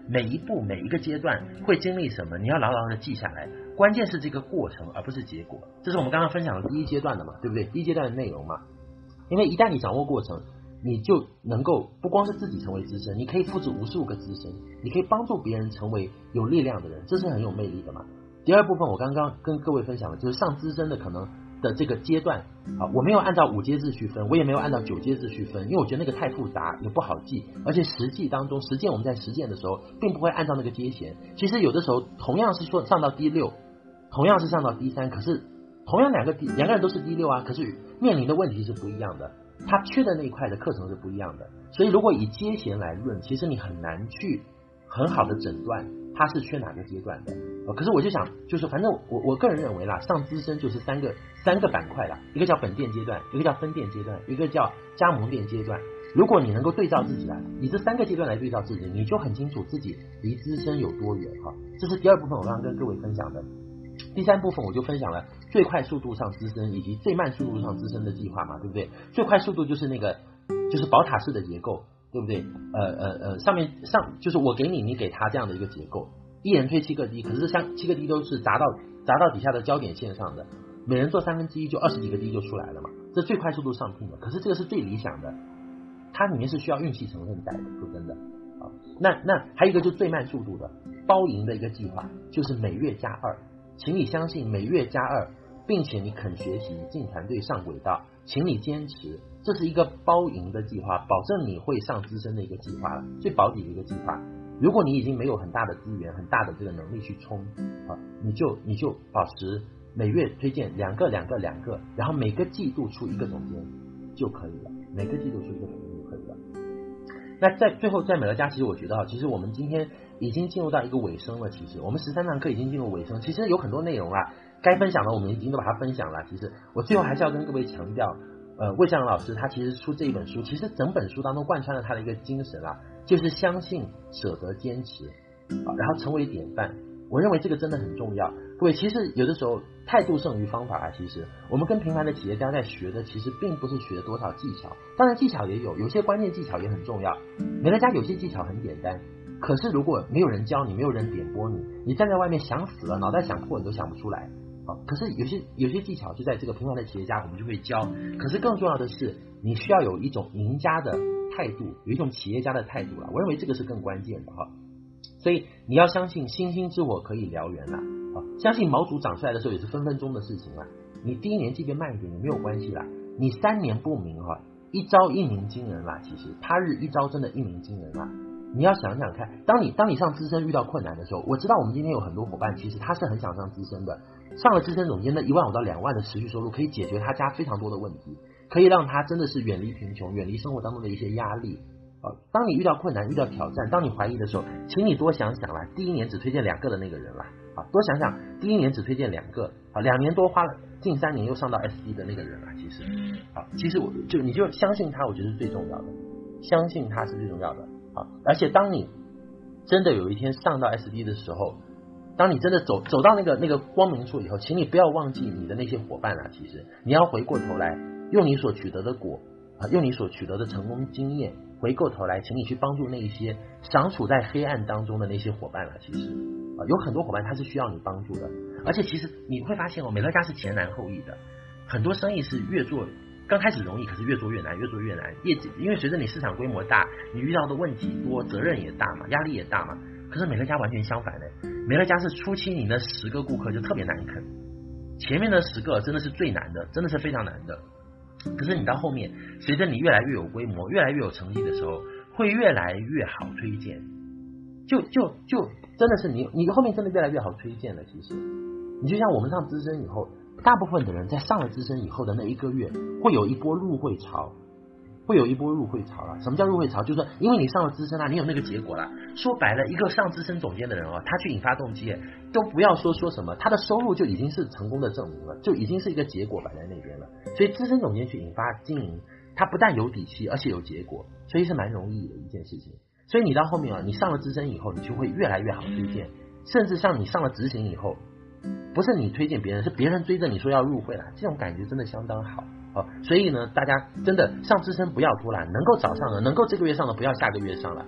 每一步每一个阶段会经历什么，你要牢牢的记下来。关键是这个过程，而不是结果。这是我们刚刚分享的第一阶段的嘛，对不对？第一阶段的内容嘛。因为一旦你掌握过程，你就能够不光是自己成为资深，你可以复制无数个资深，你可以帮助别人成为有力量的人，这是很有魅力的嘛。第二部分我刚刚跟各位分享的就是上资深的可能的这个阶段啊，我没有按照5阶制去分，我也没有按照9阶制去分，因为我觉得那个太复杂也不好记，而且实际当中实践我们在实践的时候并不会按照那个阶衔。其实有的时候同样是说上到第6，同样是上到第3，可是同样两个人都是第6啊，可是面临的问题是不一样的，他缺的那一块的课程是不一样的。所以如果以阶衔来论，其实你很难去很好的诊断他是缺哪个阶段的。可是我就想，就是反正我个人认为啦，上资深就是三个板块啦，一个叫本店阶段，一个叫分店阶段，一个叫加盟店阶段。如果你能够对照自己啊，以这3个阶段来对照自己，你就很清楚自己离资深有多远哈。这是第2部分我刚刚跟各位分享的。第3部分我就分享了最快速度上资深以及最慢速度上资深的计划嘛，对不对？最快速度就是就是宝塔式的结构，对不对？上就是我给你，你给他这样的一个结构，一人推7个低，可是像7个低都是砸到底下的焦点线上的，每人做1/3就20几个低就出来了嘛，这最快速度上聘的。可是这个是最理想的，它里面是需要运气成分在的，说真的啊。那还有一个就是最慢速度的包赢的一个计划，就是每月加2。请你相信每月加2，并且你肯学习进团队上轨道，请你坚持，这是一个包赢的计划，保证你会上资深的一个计划了，最保底的一个计划。如果你已经没有很大的资源很大的这个能力去冲啊，你就保持每月推荐2个，然后每个季度出1个总监就可以了，每个季度出1个总监就可以了。那在最后在美乐家，其实我觉得其实我们今天已经进入到一个尾声了，其实我们13堂课已经进入尾声，其实有很多内容啦，该分享的我们已经都把它分享了。其实我最后还是要跟各位强调，魏向阳老师他其实出这一本书，其实整本书当中贯穿了他的一个精神啦，就是相信、舍得、坚持然后成为典范。我认为这个真的很重要。各位，其实有的时候态度胜于方法啊。其实我们跟平凡的企业家在学的，其实并不是学多少技巧，当然技巧也有些关键技巧也很重要。美乐家有些技巧很简单，可是如果没有人教你，没有人点拨你，你站在外面想死了，脑袋想破你都想不出来。可是有些技巧就在这个平凡的企业家我们就会教。可是更重要的是，你需要有一种赢家的态度，有一种企业家的态度了。我认为这个是更关键的哈。所以你要相信星星之火可以燎原啦，相信毛竹长出来的时候也是分分钟的事情啦。你第1年即便慢一点也没有关系啦，你3年不明一朝一鸣惊人啦。其实他日一朝真的一鸣惊人啦。你要想想看，当你上资深遇到困难的时候，我知道我们今天有很多伙伴其实他是很想上资深的，上了资深总监的1万5到2万的持续收入可以解决他家非常多的问题，可以让他真的是远离贫穷，远离生活当中的一些压力。当你遇到困难遇到挑战，当你怀疑的时候，请你多想想啦，第1年只推荐2个的那个人啦，多想想第1年只推荐2个，2年多花了近3年又上到 SD 的那个人啦。其实你就相信他，我觉得是最重要的，相信他是最重要的。而且当你真的有一天上到 SD 的时候，当你真的走到那个光明处以后，请你不要忘记你的那些伙伴啦。其实你要回过头来，用你所取得的果用你所取得的成功经验，回过头来请你去帮助那一些尚处在黑暗当中的那些伙伴啦。其实有很多伙伴他是需要你帮助的。而且其实你会发现美乐家是前难后易的，很多生意是越做刚开始容易，可是越做越难，越做越难。因为随着你市场规模大，你遇到的问题多，责任也大嘛，压力也大嘛。可是美乐家完全相反的，美乐家是初期你的10个顾客就特别难啃，前面的10个真的是最难的，真的是非常难的。可是你到后面，随着你越来越有规模，越来越有成绩的时候，会越来越好推荐。就真的是你后面真的越来越好推荐了。其实你就像我们上资深以后，大部分的人在上了资深以后的那1个月，会有一波入会潮，了。什么叫入会潮？就是说因为你上了资深你有那个结果了。说白了，一个上资深总监的人他去引发动机，都不要说什么，他的收入就已经是成功的证明了，就已经是一个结果摆在那边了。所以资深总监去引发经营，他不但有底气，而且有结果，所以是蛮容易的一件事情。所以你到后面你上了资深以后，你就会越来越好推荐，甚至像你上了执行以后，不是你推荐别人，是别人追着你说要入会了，这种感觉真的相当好。所以呢，大家真的上资深不要拖懒，能够早上的，能够这个月上的不要下个月上了，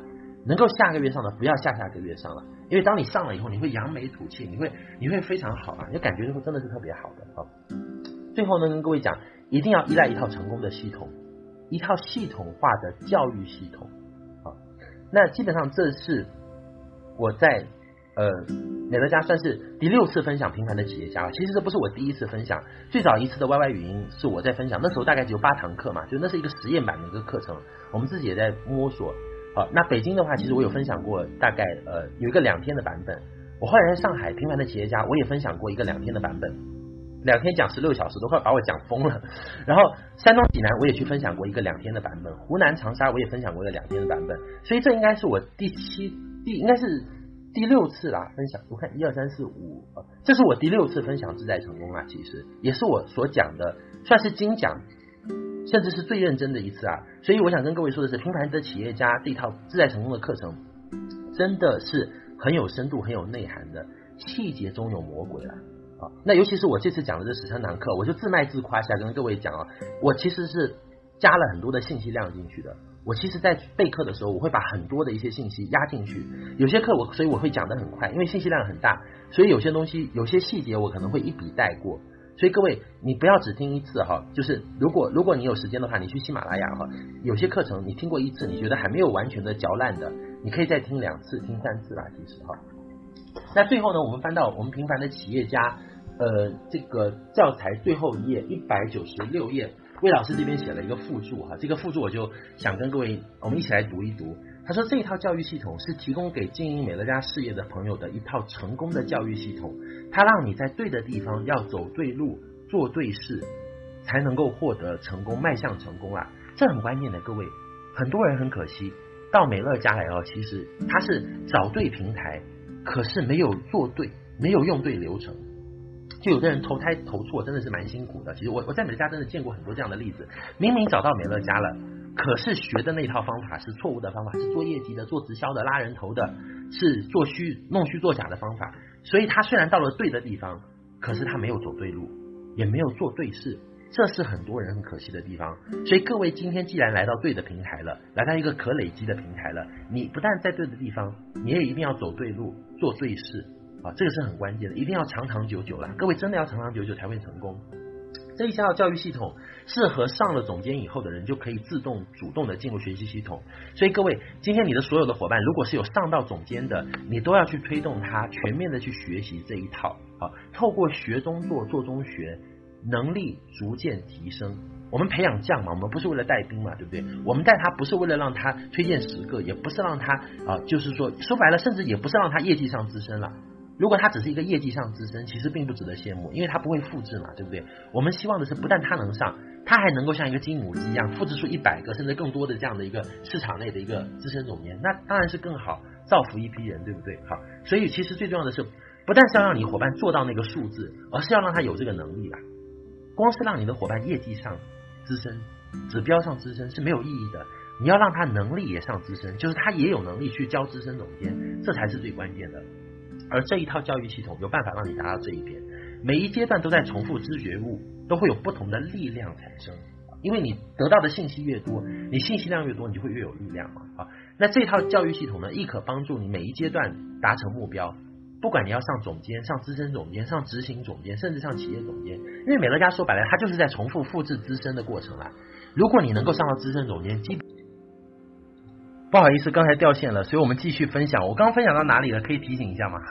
能够下个月上的不要下个月上了，因为当你上了以后，你会扬眉吐气，你会非常好啊，你感觉真的是特别好的啊。最后呢，跟各位讲，一定要依赖一套成功的系统，一套系统化的教育系统啊。那基本上这是我在美乐家算是第6次分享平凡的企业家了。其实这不是我第一次分享，最早一次的 YY 语音是我在分享，那时候大概只有8堂课嘛，就那是一个实验版的一个课程，我们自己也在摸索。好，那北京的话，其实我有分享过，大概有一个2天的版本。我后来在上海平凡的企业家，我也分享过一个2天的版本，2天讲16小时，都快把我讲疯了。然后山东济南我也去分享过一个2天的版本，湖南长沙我也分享过一个2天的版本，所以这应该是我应该是第6次啦分享。我看1、2、3、4、5，这是我第6次分享自在成功啊，其实也是我所讲的，算是精讲，甚至是最认真的一次啊。所以我想跟各位说的是，平凡的企业家这套自在成功的课程，真的是很有深度、很有内涵的，细节中有魔鬼啦。那尤其是我这次讲的这13堂课，我就自卖自夸一下，跟各位讲啊，我其实是加了很多的信息量进去的。我其实在备课的时候，我会把很多的一些信息压进去，有些课所以我会讲得很快，因为信息量很大，所以有些东西有些细节我可能会一笔带过。所以各位，你不要只听一次哈，就是如果你有时间的话，你去喜马拉雅哈，有些课程你听过1次，你觉得还没有完全的嚼烂的，你可以再听2次、听3次啦，其实哈。那最后呢，我们翻到我们平凡的企业家这个教材最后一页196页，魏老师这边写了一个附注哈，这个附注我就想跟各位我们一起来读一读。他说，这一套教育系统是提供给经营美乐家事业的朋友的一套成功的教育系统，它让你在对的地方要走对路，做对事，才能够获得成功，迈向成功啊，这很关键的。各位，很多人很可惜到美乐家来哦，其实他是找对平台，可是没有做对，没有用对流程。就有的人投胎投错，真的是蛮辛苦的。其实我在美乐家真的见过很多这样的例子，明明找到美乐家了，可是学的那套方法是错误的方法，是做业绩的、做直销的、拉人头的，是弄虚作假的方法。所以他虽然到了对的地方，可是他没有走对路，也没有做对事，这是很多人很可惜的地方。所以各位今天既然来到对的平台了，来到一个可累积的平台了，你不但在对的地方，你也一定要走对路，做对事啊，这个是很关键的，一定要长长久久啦。各位真的要长长久久才会成功。这一套教育系统适合上了总监以后的人，就可以主动的进入学习系统。所以各位，今天你的所有的伙伴，如果是有上到总监的，你都要去推动他全面的去学习这一套。好，透过学中做，做中学，能力逐渐提升。我们培养将嘛，我们不是为了带兵嘛，对不对？我们带他不是为了让他推荐10个，也不是让他就是说白了，甚至也不是让他业绩上资深了。如果他只是一个业绩上资深，其实并不值得羡慕，因为他不会复制嘛，对不对？我们希望的是，不但他能上，他还能够像一个金母鸡一样，复制出100个甚至更多的这样的一个市场内的一个资深总监，那当然是更好，造福一批人，对不对？好，所以其实最重要的是，不但是要让你伙伴做到那个数字，而是要让他有这个能力啦。光是让你的伙伴业绩上资深，指标上资深是没有意义的，你要让他能力也上资深，就是他也有能力去教资深总监，这才是最关键的。而这一套教育系统有办法让你达到这一点，每一阶段都在重复知觉悟，都会有不同的力量产生。因为你得到的信息越多，你信息量越多，你就会越有力量嘛。好，那这套教育系统呢，亦可帮助你每一阶段达成目标。不管你要上总监、上资深总监、上执行总监，甚至上企业总监，因为美乐家说白了，它就是在重复复制资深的过程啦。如果你能够上到资深总监，不好意思，刚才掉线了，所以我们继续分享。我刚刚分享到哪里了？可以提醒一下吗？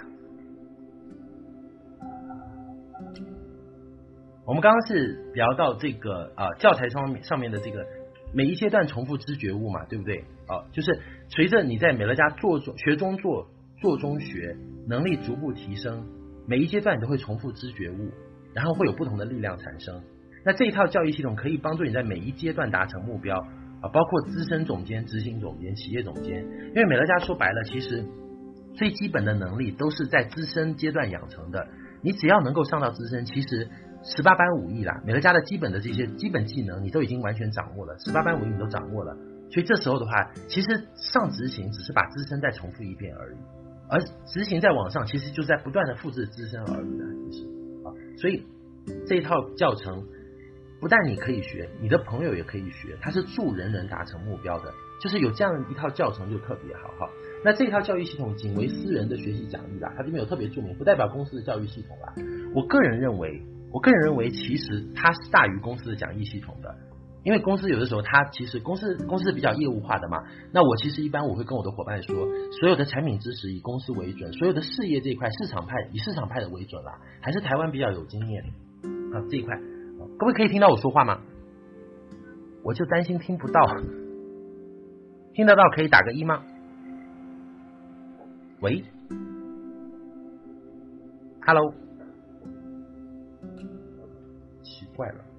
我们刚刚是聊到这个教材上面的这个每一阶段重复知觉悟嘛，对不对？就是随着你在美乐家学中做，做中学，能力逐步提升，每一阶段你都会重复知觉悟，然后会有不同的力量产生。那这一套教育系统可以帮助你在每一阶段达成目标包括资深总监、执行总监、企业总监。因为美乐家说白了，其实最基本的能力都是在资深阶段养成的。你只要能够上到资深，其实18般武艺啦，美乐家的基本的这些基本技能你都已经完全掌握了，18般武艺你都掌握了。所以这时候的话，其实上执行只是把资深再重复一遍而已，而执行在往上其实就是在不断的复制资深而已的，其实所以这一套教程不但你可以学，你的朋友也可以学，它是助人人达成目标的就是有这样一套教程就特别好哈。那这套教育系统仅为私人的学习奖励啦，它这边有特别注明，不代表公司的教育系统啦。我个人认为其实它是大于公司的讲义系统的。因为公司有的时候它其实公司比较业务化的嘛，那我其实一般我会跟我的伙伴说，所有的产品知识以公司为准，所有的事业这一块市场派以市场派的为准啦，还是台湾比较有经验啊这一块。各位可以听到我说话吗？我就担心听不到，听得到可以打个1吗？喂 ，Hello， 奇怪了。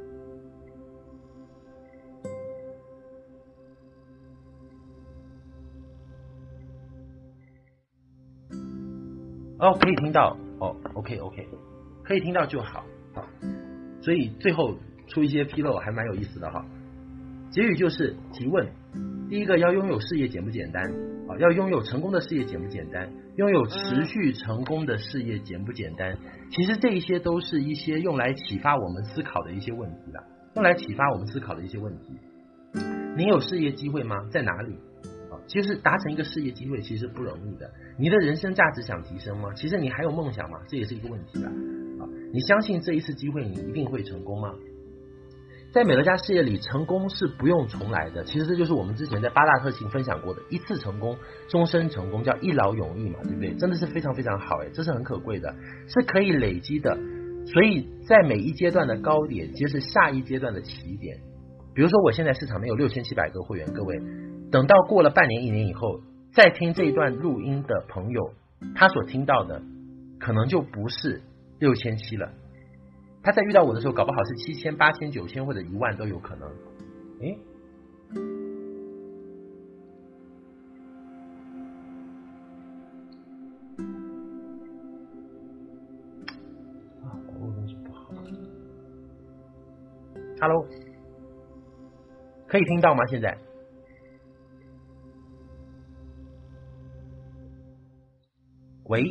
哦，可以听到哦 ，OK， 可以听到就好。好，所以最后出一些纰漏还蛮有意思的哈。结语就是提问：第一个，要拥有事业简不简单？要拥有成功的事业简不简单？拥有持续成功的事业简不简单？其实这一些都是一些用来启发我们思考的一些问题啦，用来启发我们思考的一些问题。你有事业机会吗？在哪里？其实达成一个事业机会其实不容易的。你的人生价值想提升吗？其实你还有梦想吗？这也是一个问题啦。你相信这一次机会你一定会成功吗？在美乐家事业里，成功是不用重来的。其实这就是我们之前在8大特性分享过的，一次成功终身成功，叫一劳永逸嘛，对不对？真的是非常非常好，这是很可贵的，是可以累积的。所以在每一阶段的高点皆是下一阶段的起点。比如说我现在市场内有6700个会员，各位等到过了半年1年以后再听这一段录音的朋友，他所听到的可能就不是6700了，他在遇到我的时候搞不好是7000、8000、9000或者10000都有可能。网络东西不好。Hello， 可以听到吗？现在？喂，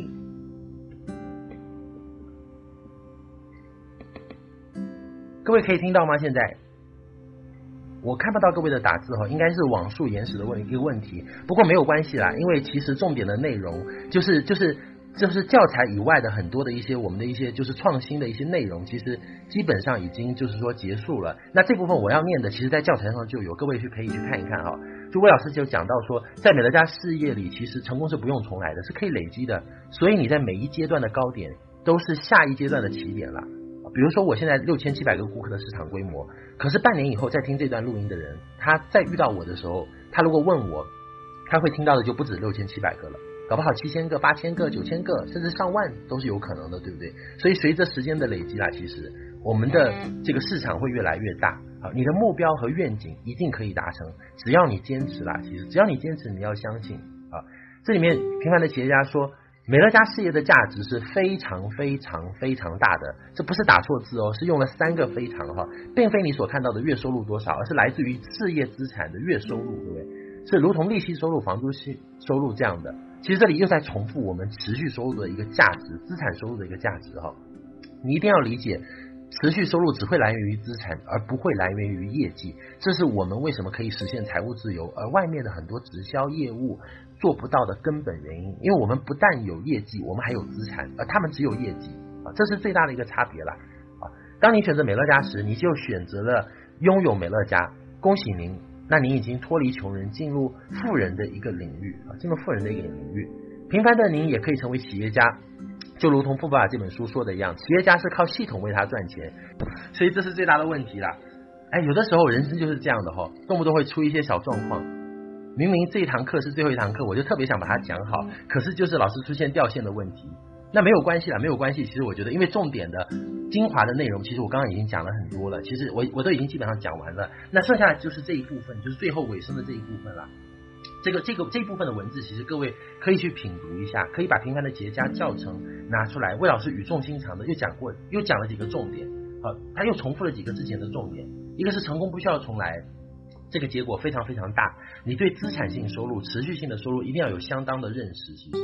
各位可以听到吗？现在我看不到各位的打字应该是网速延时的一个问题，不过没有关系啦，因为其实重点的内容就是教材以外的很多的一些我们的一些就是创新的一些内容，其实基本上已经就是说结束了。那这部分我要念的，其实在教材上就有，各位可以去看一看哈。就魏老师就讲到说，在美乐家事业里，其实成功是不用重来的，是可以累积的。所以你在每一阶段的高点，都是下一阶段的起点了。比如说我现在6700个顾客的市场规模，可是半年以后再听这段录音的人，他再遇到我的时候，他如果问我，他会听到的就不止6700个了，搞不好7000个、8000个、9000个，甚至上万都是有可能的，对不对？所以随着时间的累积啦，其实我们的这个市场会越来越大。你的目标和愿景一定可以达成，只要你坚持啦。其实只要你坚持，你要相信这里面平凡的企业家说，美乐家事业的价值是非常非常非常大的，这不是打错字是用了3个非常并非你所看到的月收入多少，而是来自于事业资产的月收入，对不对？是如同利息收入、房租收入这样的。其实这里又在重复我们持续收入的一个价值，资产收入的一个价值你一定要理解，持续收入只会来源于资产，而不会来源于业绩。这是我们为什么可以实现财务自由，而外面的很多直销业务做不到的根本原因。因为我们不但有业绩，我们还有资产，而他们只有业绩这是最大的一个差别了当你选择美乐家时，你就选择了拥有美乐家，恭喜您，那你已经脱离穷人，进入富人的一个领域进入富人的一个领域。平凡的您也可以成为企业家，就如同富爸爸这本书说的一样，企业家是靠系统为他赚钱，所以这是最大的问题啦。有的时候人生就是这样的动不动会出一些小状况。明明这一堂课是最后一堂课，我就特别想把它讲好，可是就是老是出现掉线的问题。那没有关系啦，没有关系。其实我觉得，因为重点的精华的内容，其实我刚刚已经讲了很多了，其实我都已经基本上讲完了。那剩下就是这一部分，就是最后尾声的这一部分啦。这一部分的文字，其实各位可以去品读一下，可以把平凡的企业家教程拿出来。魏老师语重心长的又讲了几个重点他又重复了几个之前的重点。一个是成功不需要重来，这个结果非常非常大，你对资产性收入、持续性的收入一定要有相当的认识。其实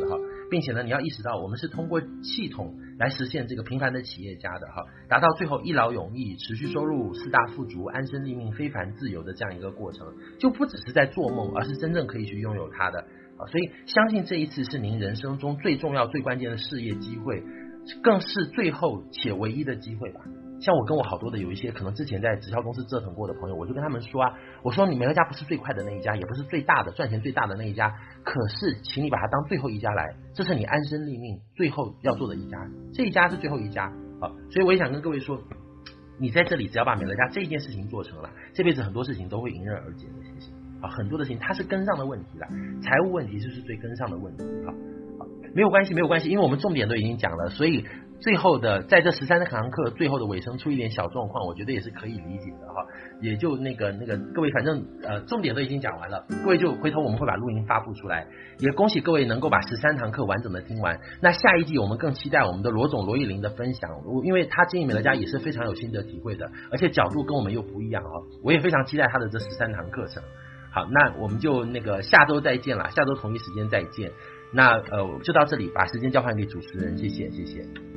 并且呢，你要意识到我们是通过系统来实现这个平凡的企业家的哈，达到最后一劳永逸、持续收入、四大富足、安身立命、非凡自由的这样一个过程，就不只是在做梦，而是真正可以去拥有它的啊。所以相信这一次是您人生中最重要、最关键的事业机会，更是最后且唯一的机会吧。像我跟我好多的有一些可能之前在直销公司折腾过的朋友，我就跟他们说啊，我说你美乐家不是最快的那一家，也不是最大的赚钱最大的那一家，可是请你把它当最后一家来，这是你安身立命最后要做的一家，这一家是最后一家啊。所以我也想跟各位说，你在这里只要把美乐家这一件事情做成了，这辈子很多事情都会迎刃而解的，谢谢啊。很多的事情它是根上的问题了，财务问题就是最根上的问题啊。没有关系，没有关系，因为我们重点都已经讲了，所以最后的在这13堂课最后的尾声出一点小状况，我觉得也是可以理解的哈。也就那个各位，反正重点都已经讲完了，各位就回头我们会把录音发布出来，也恭喜各位能够把13堂课完整的听完。那下一季我们更期待我们的罗总罗艺玲的分享，因为他经营美乐家也是非常有心得体会的，而且角度跟我们又不一样哦，我也非常期待他的这13堂课程。好，那我们就下周再见了，下周同一时间再见。那就到这里，把时间交还给主持人，谢谢，谢谢。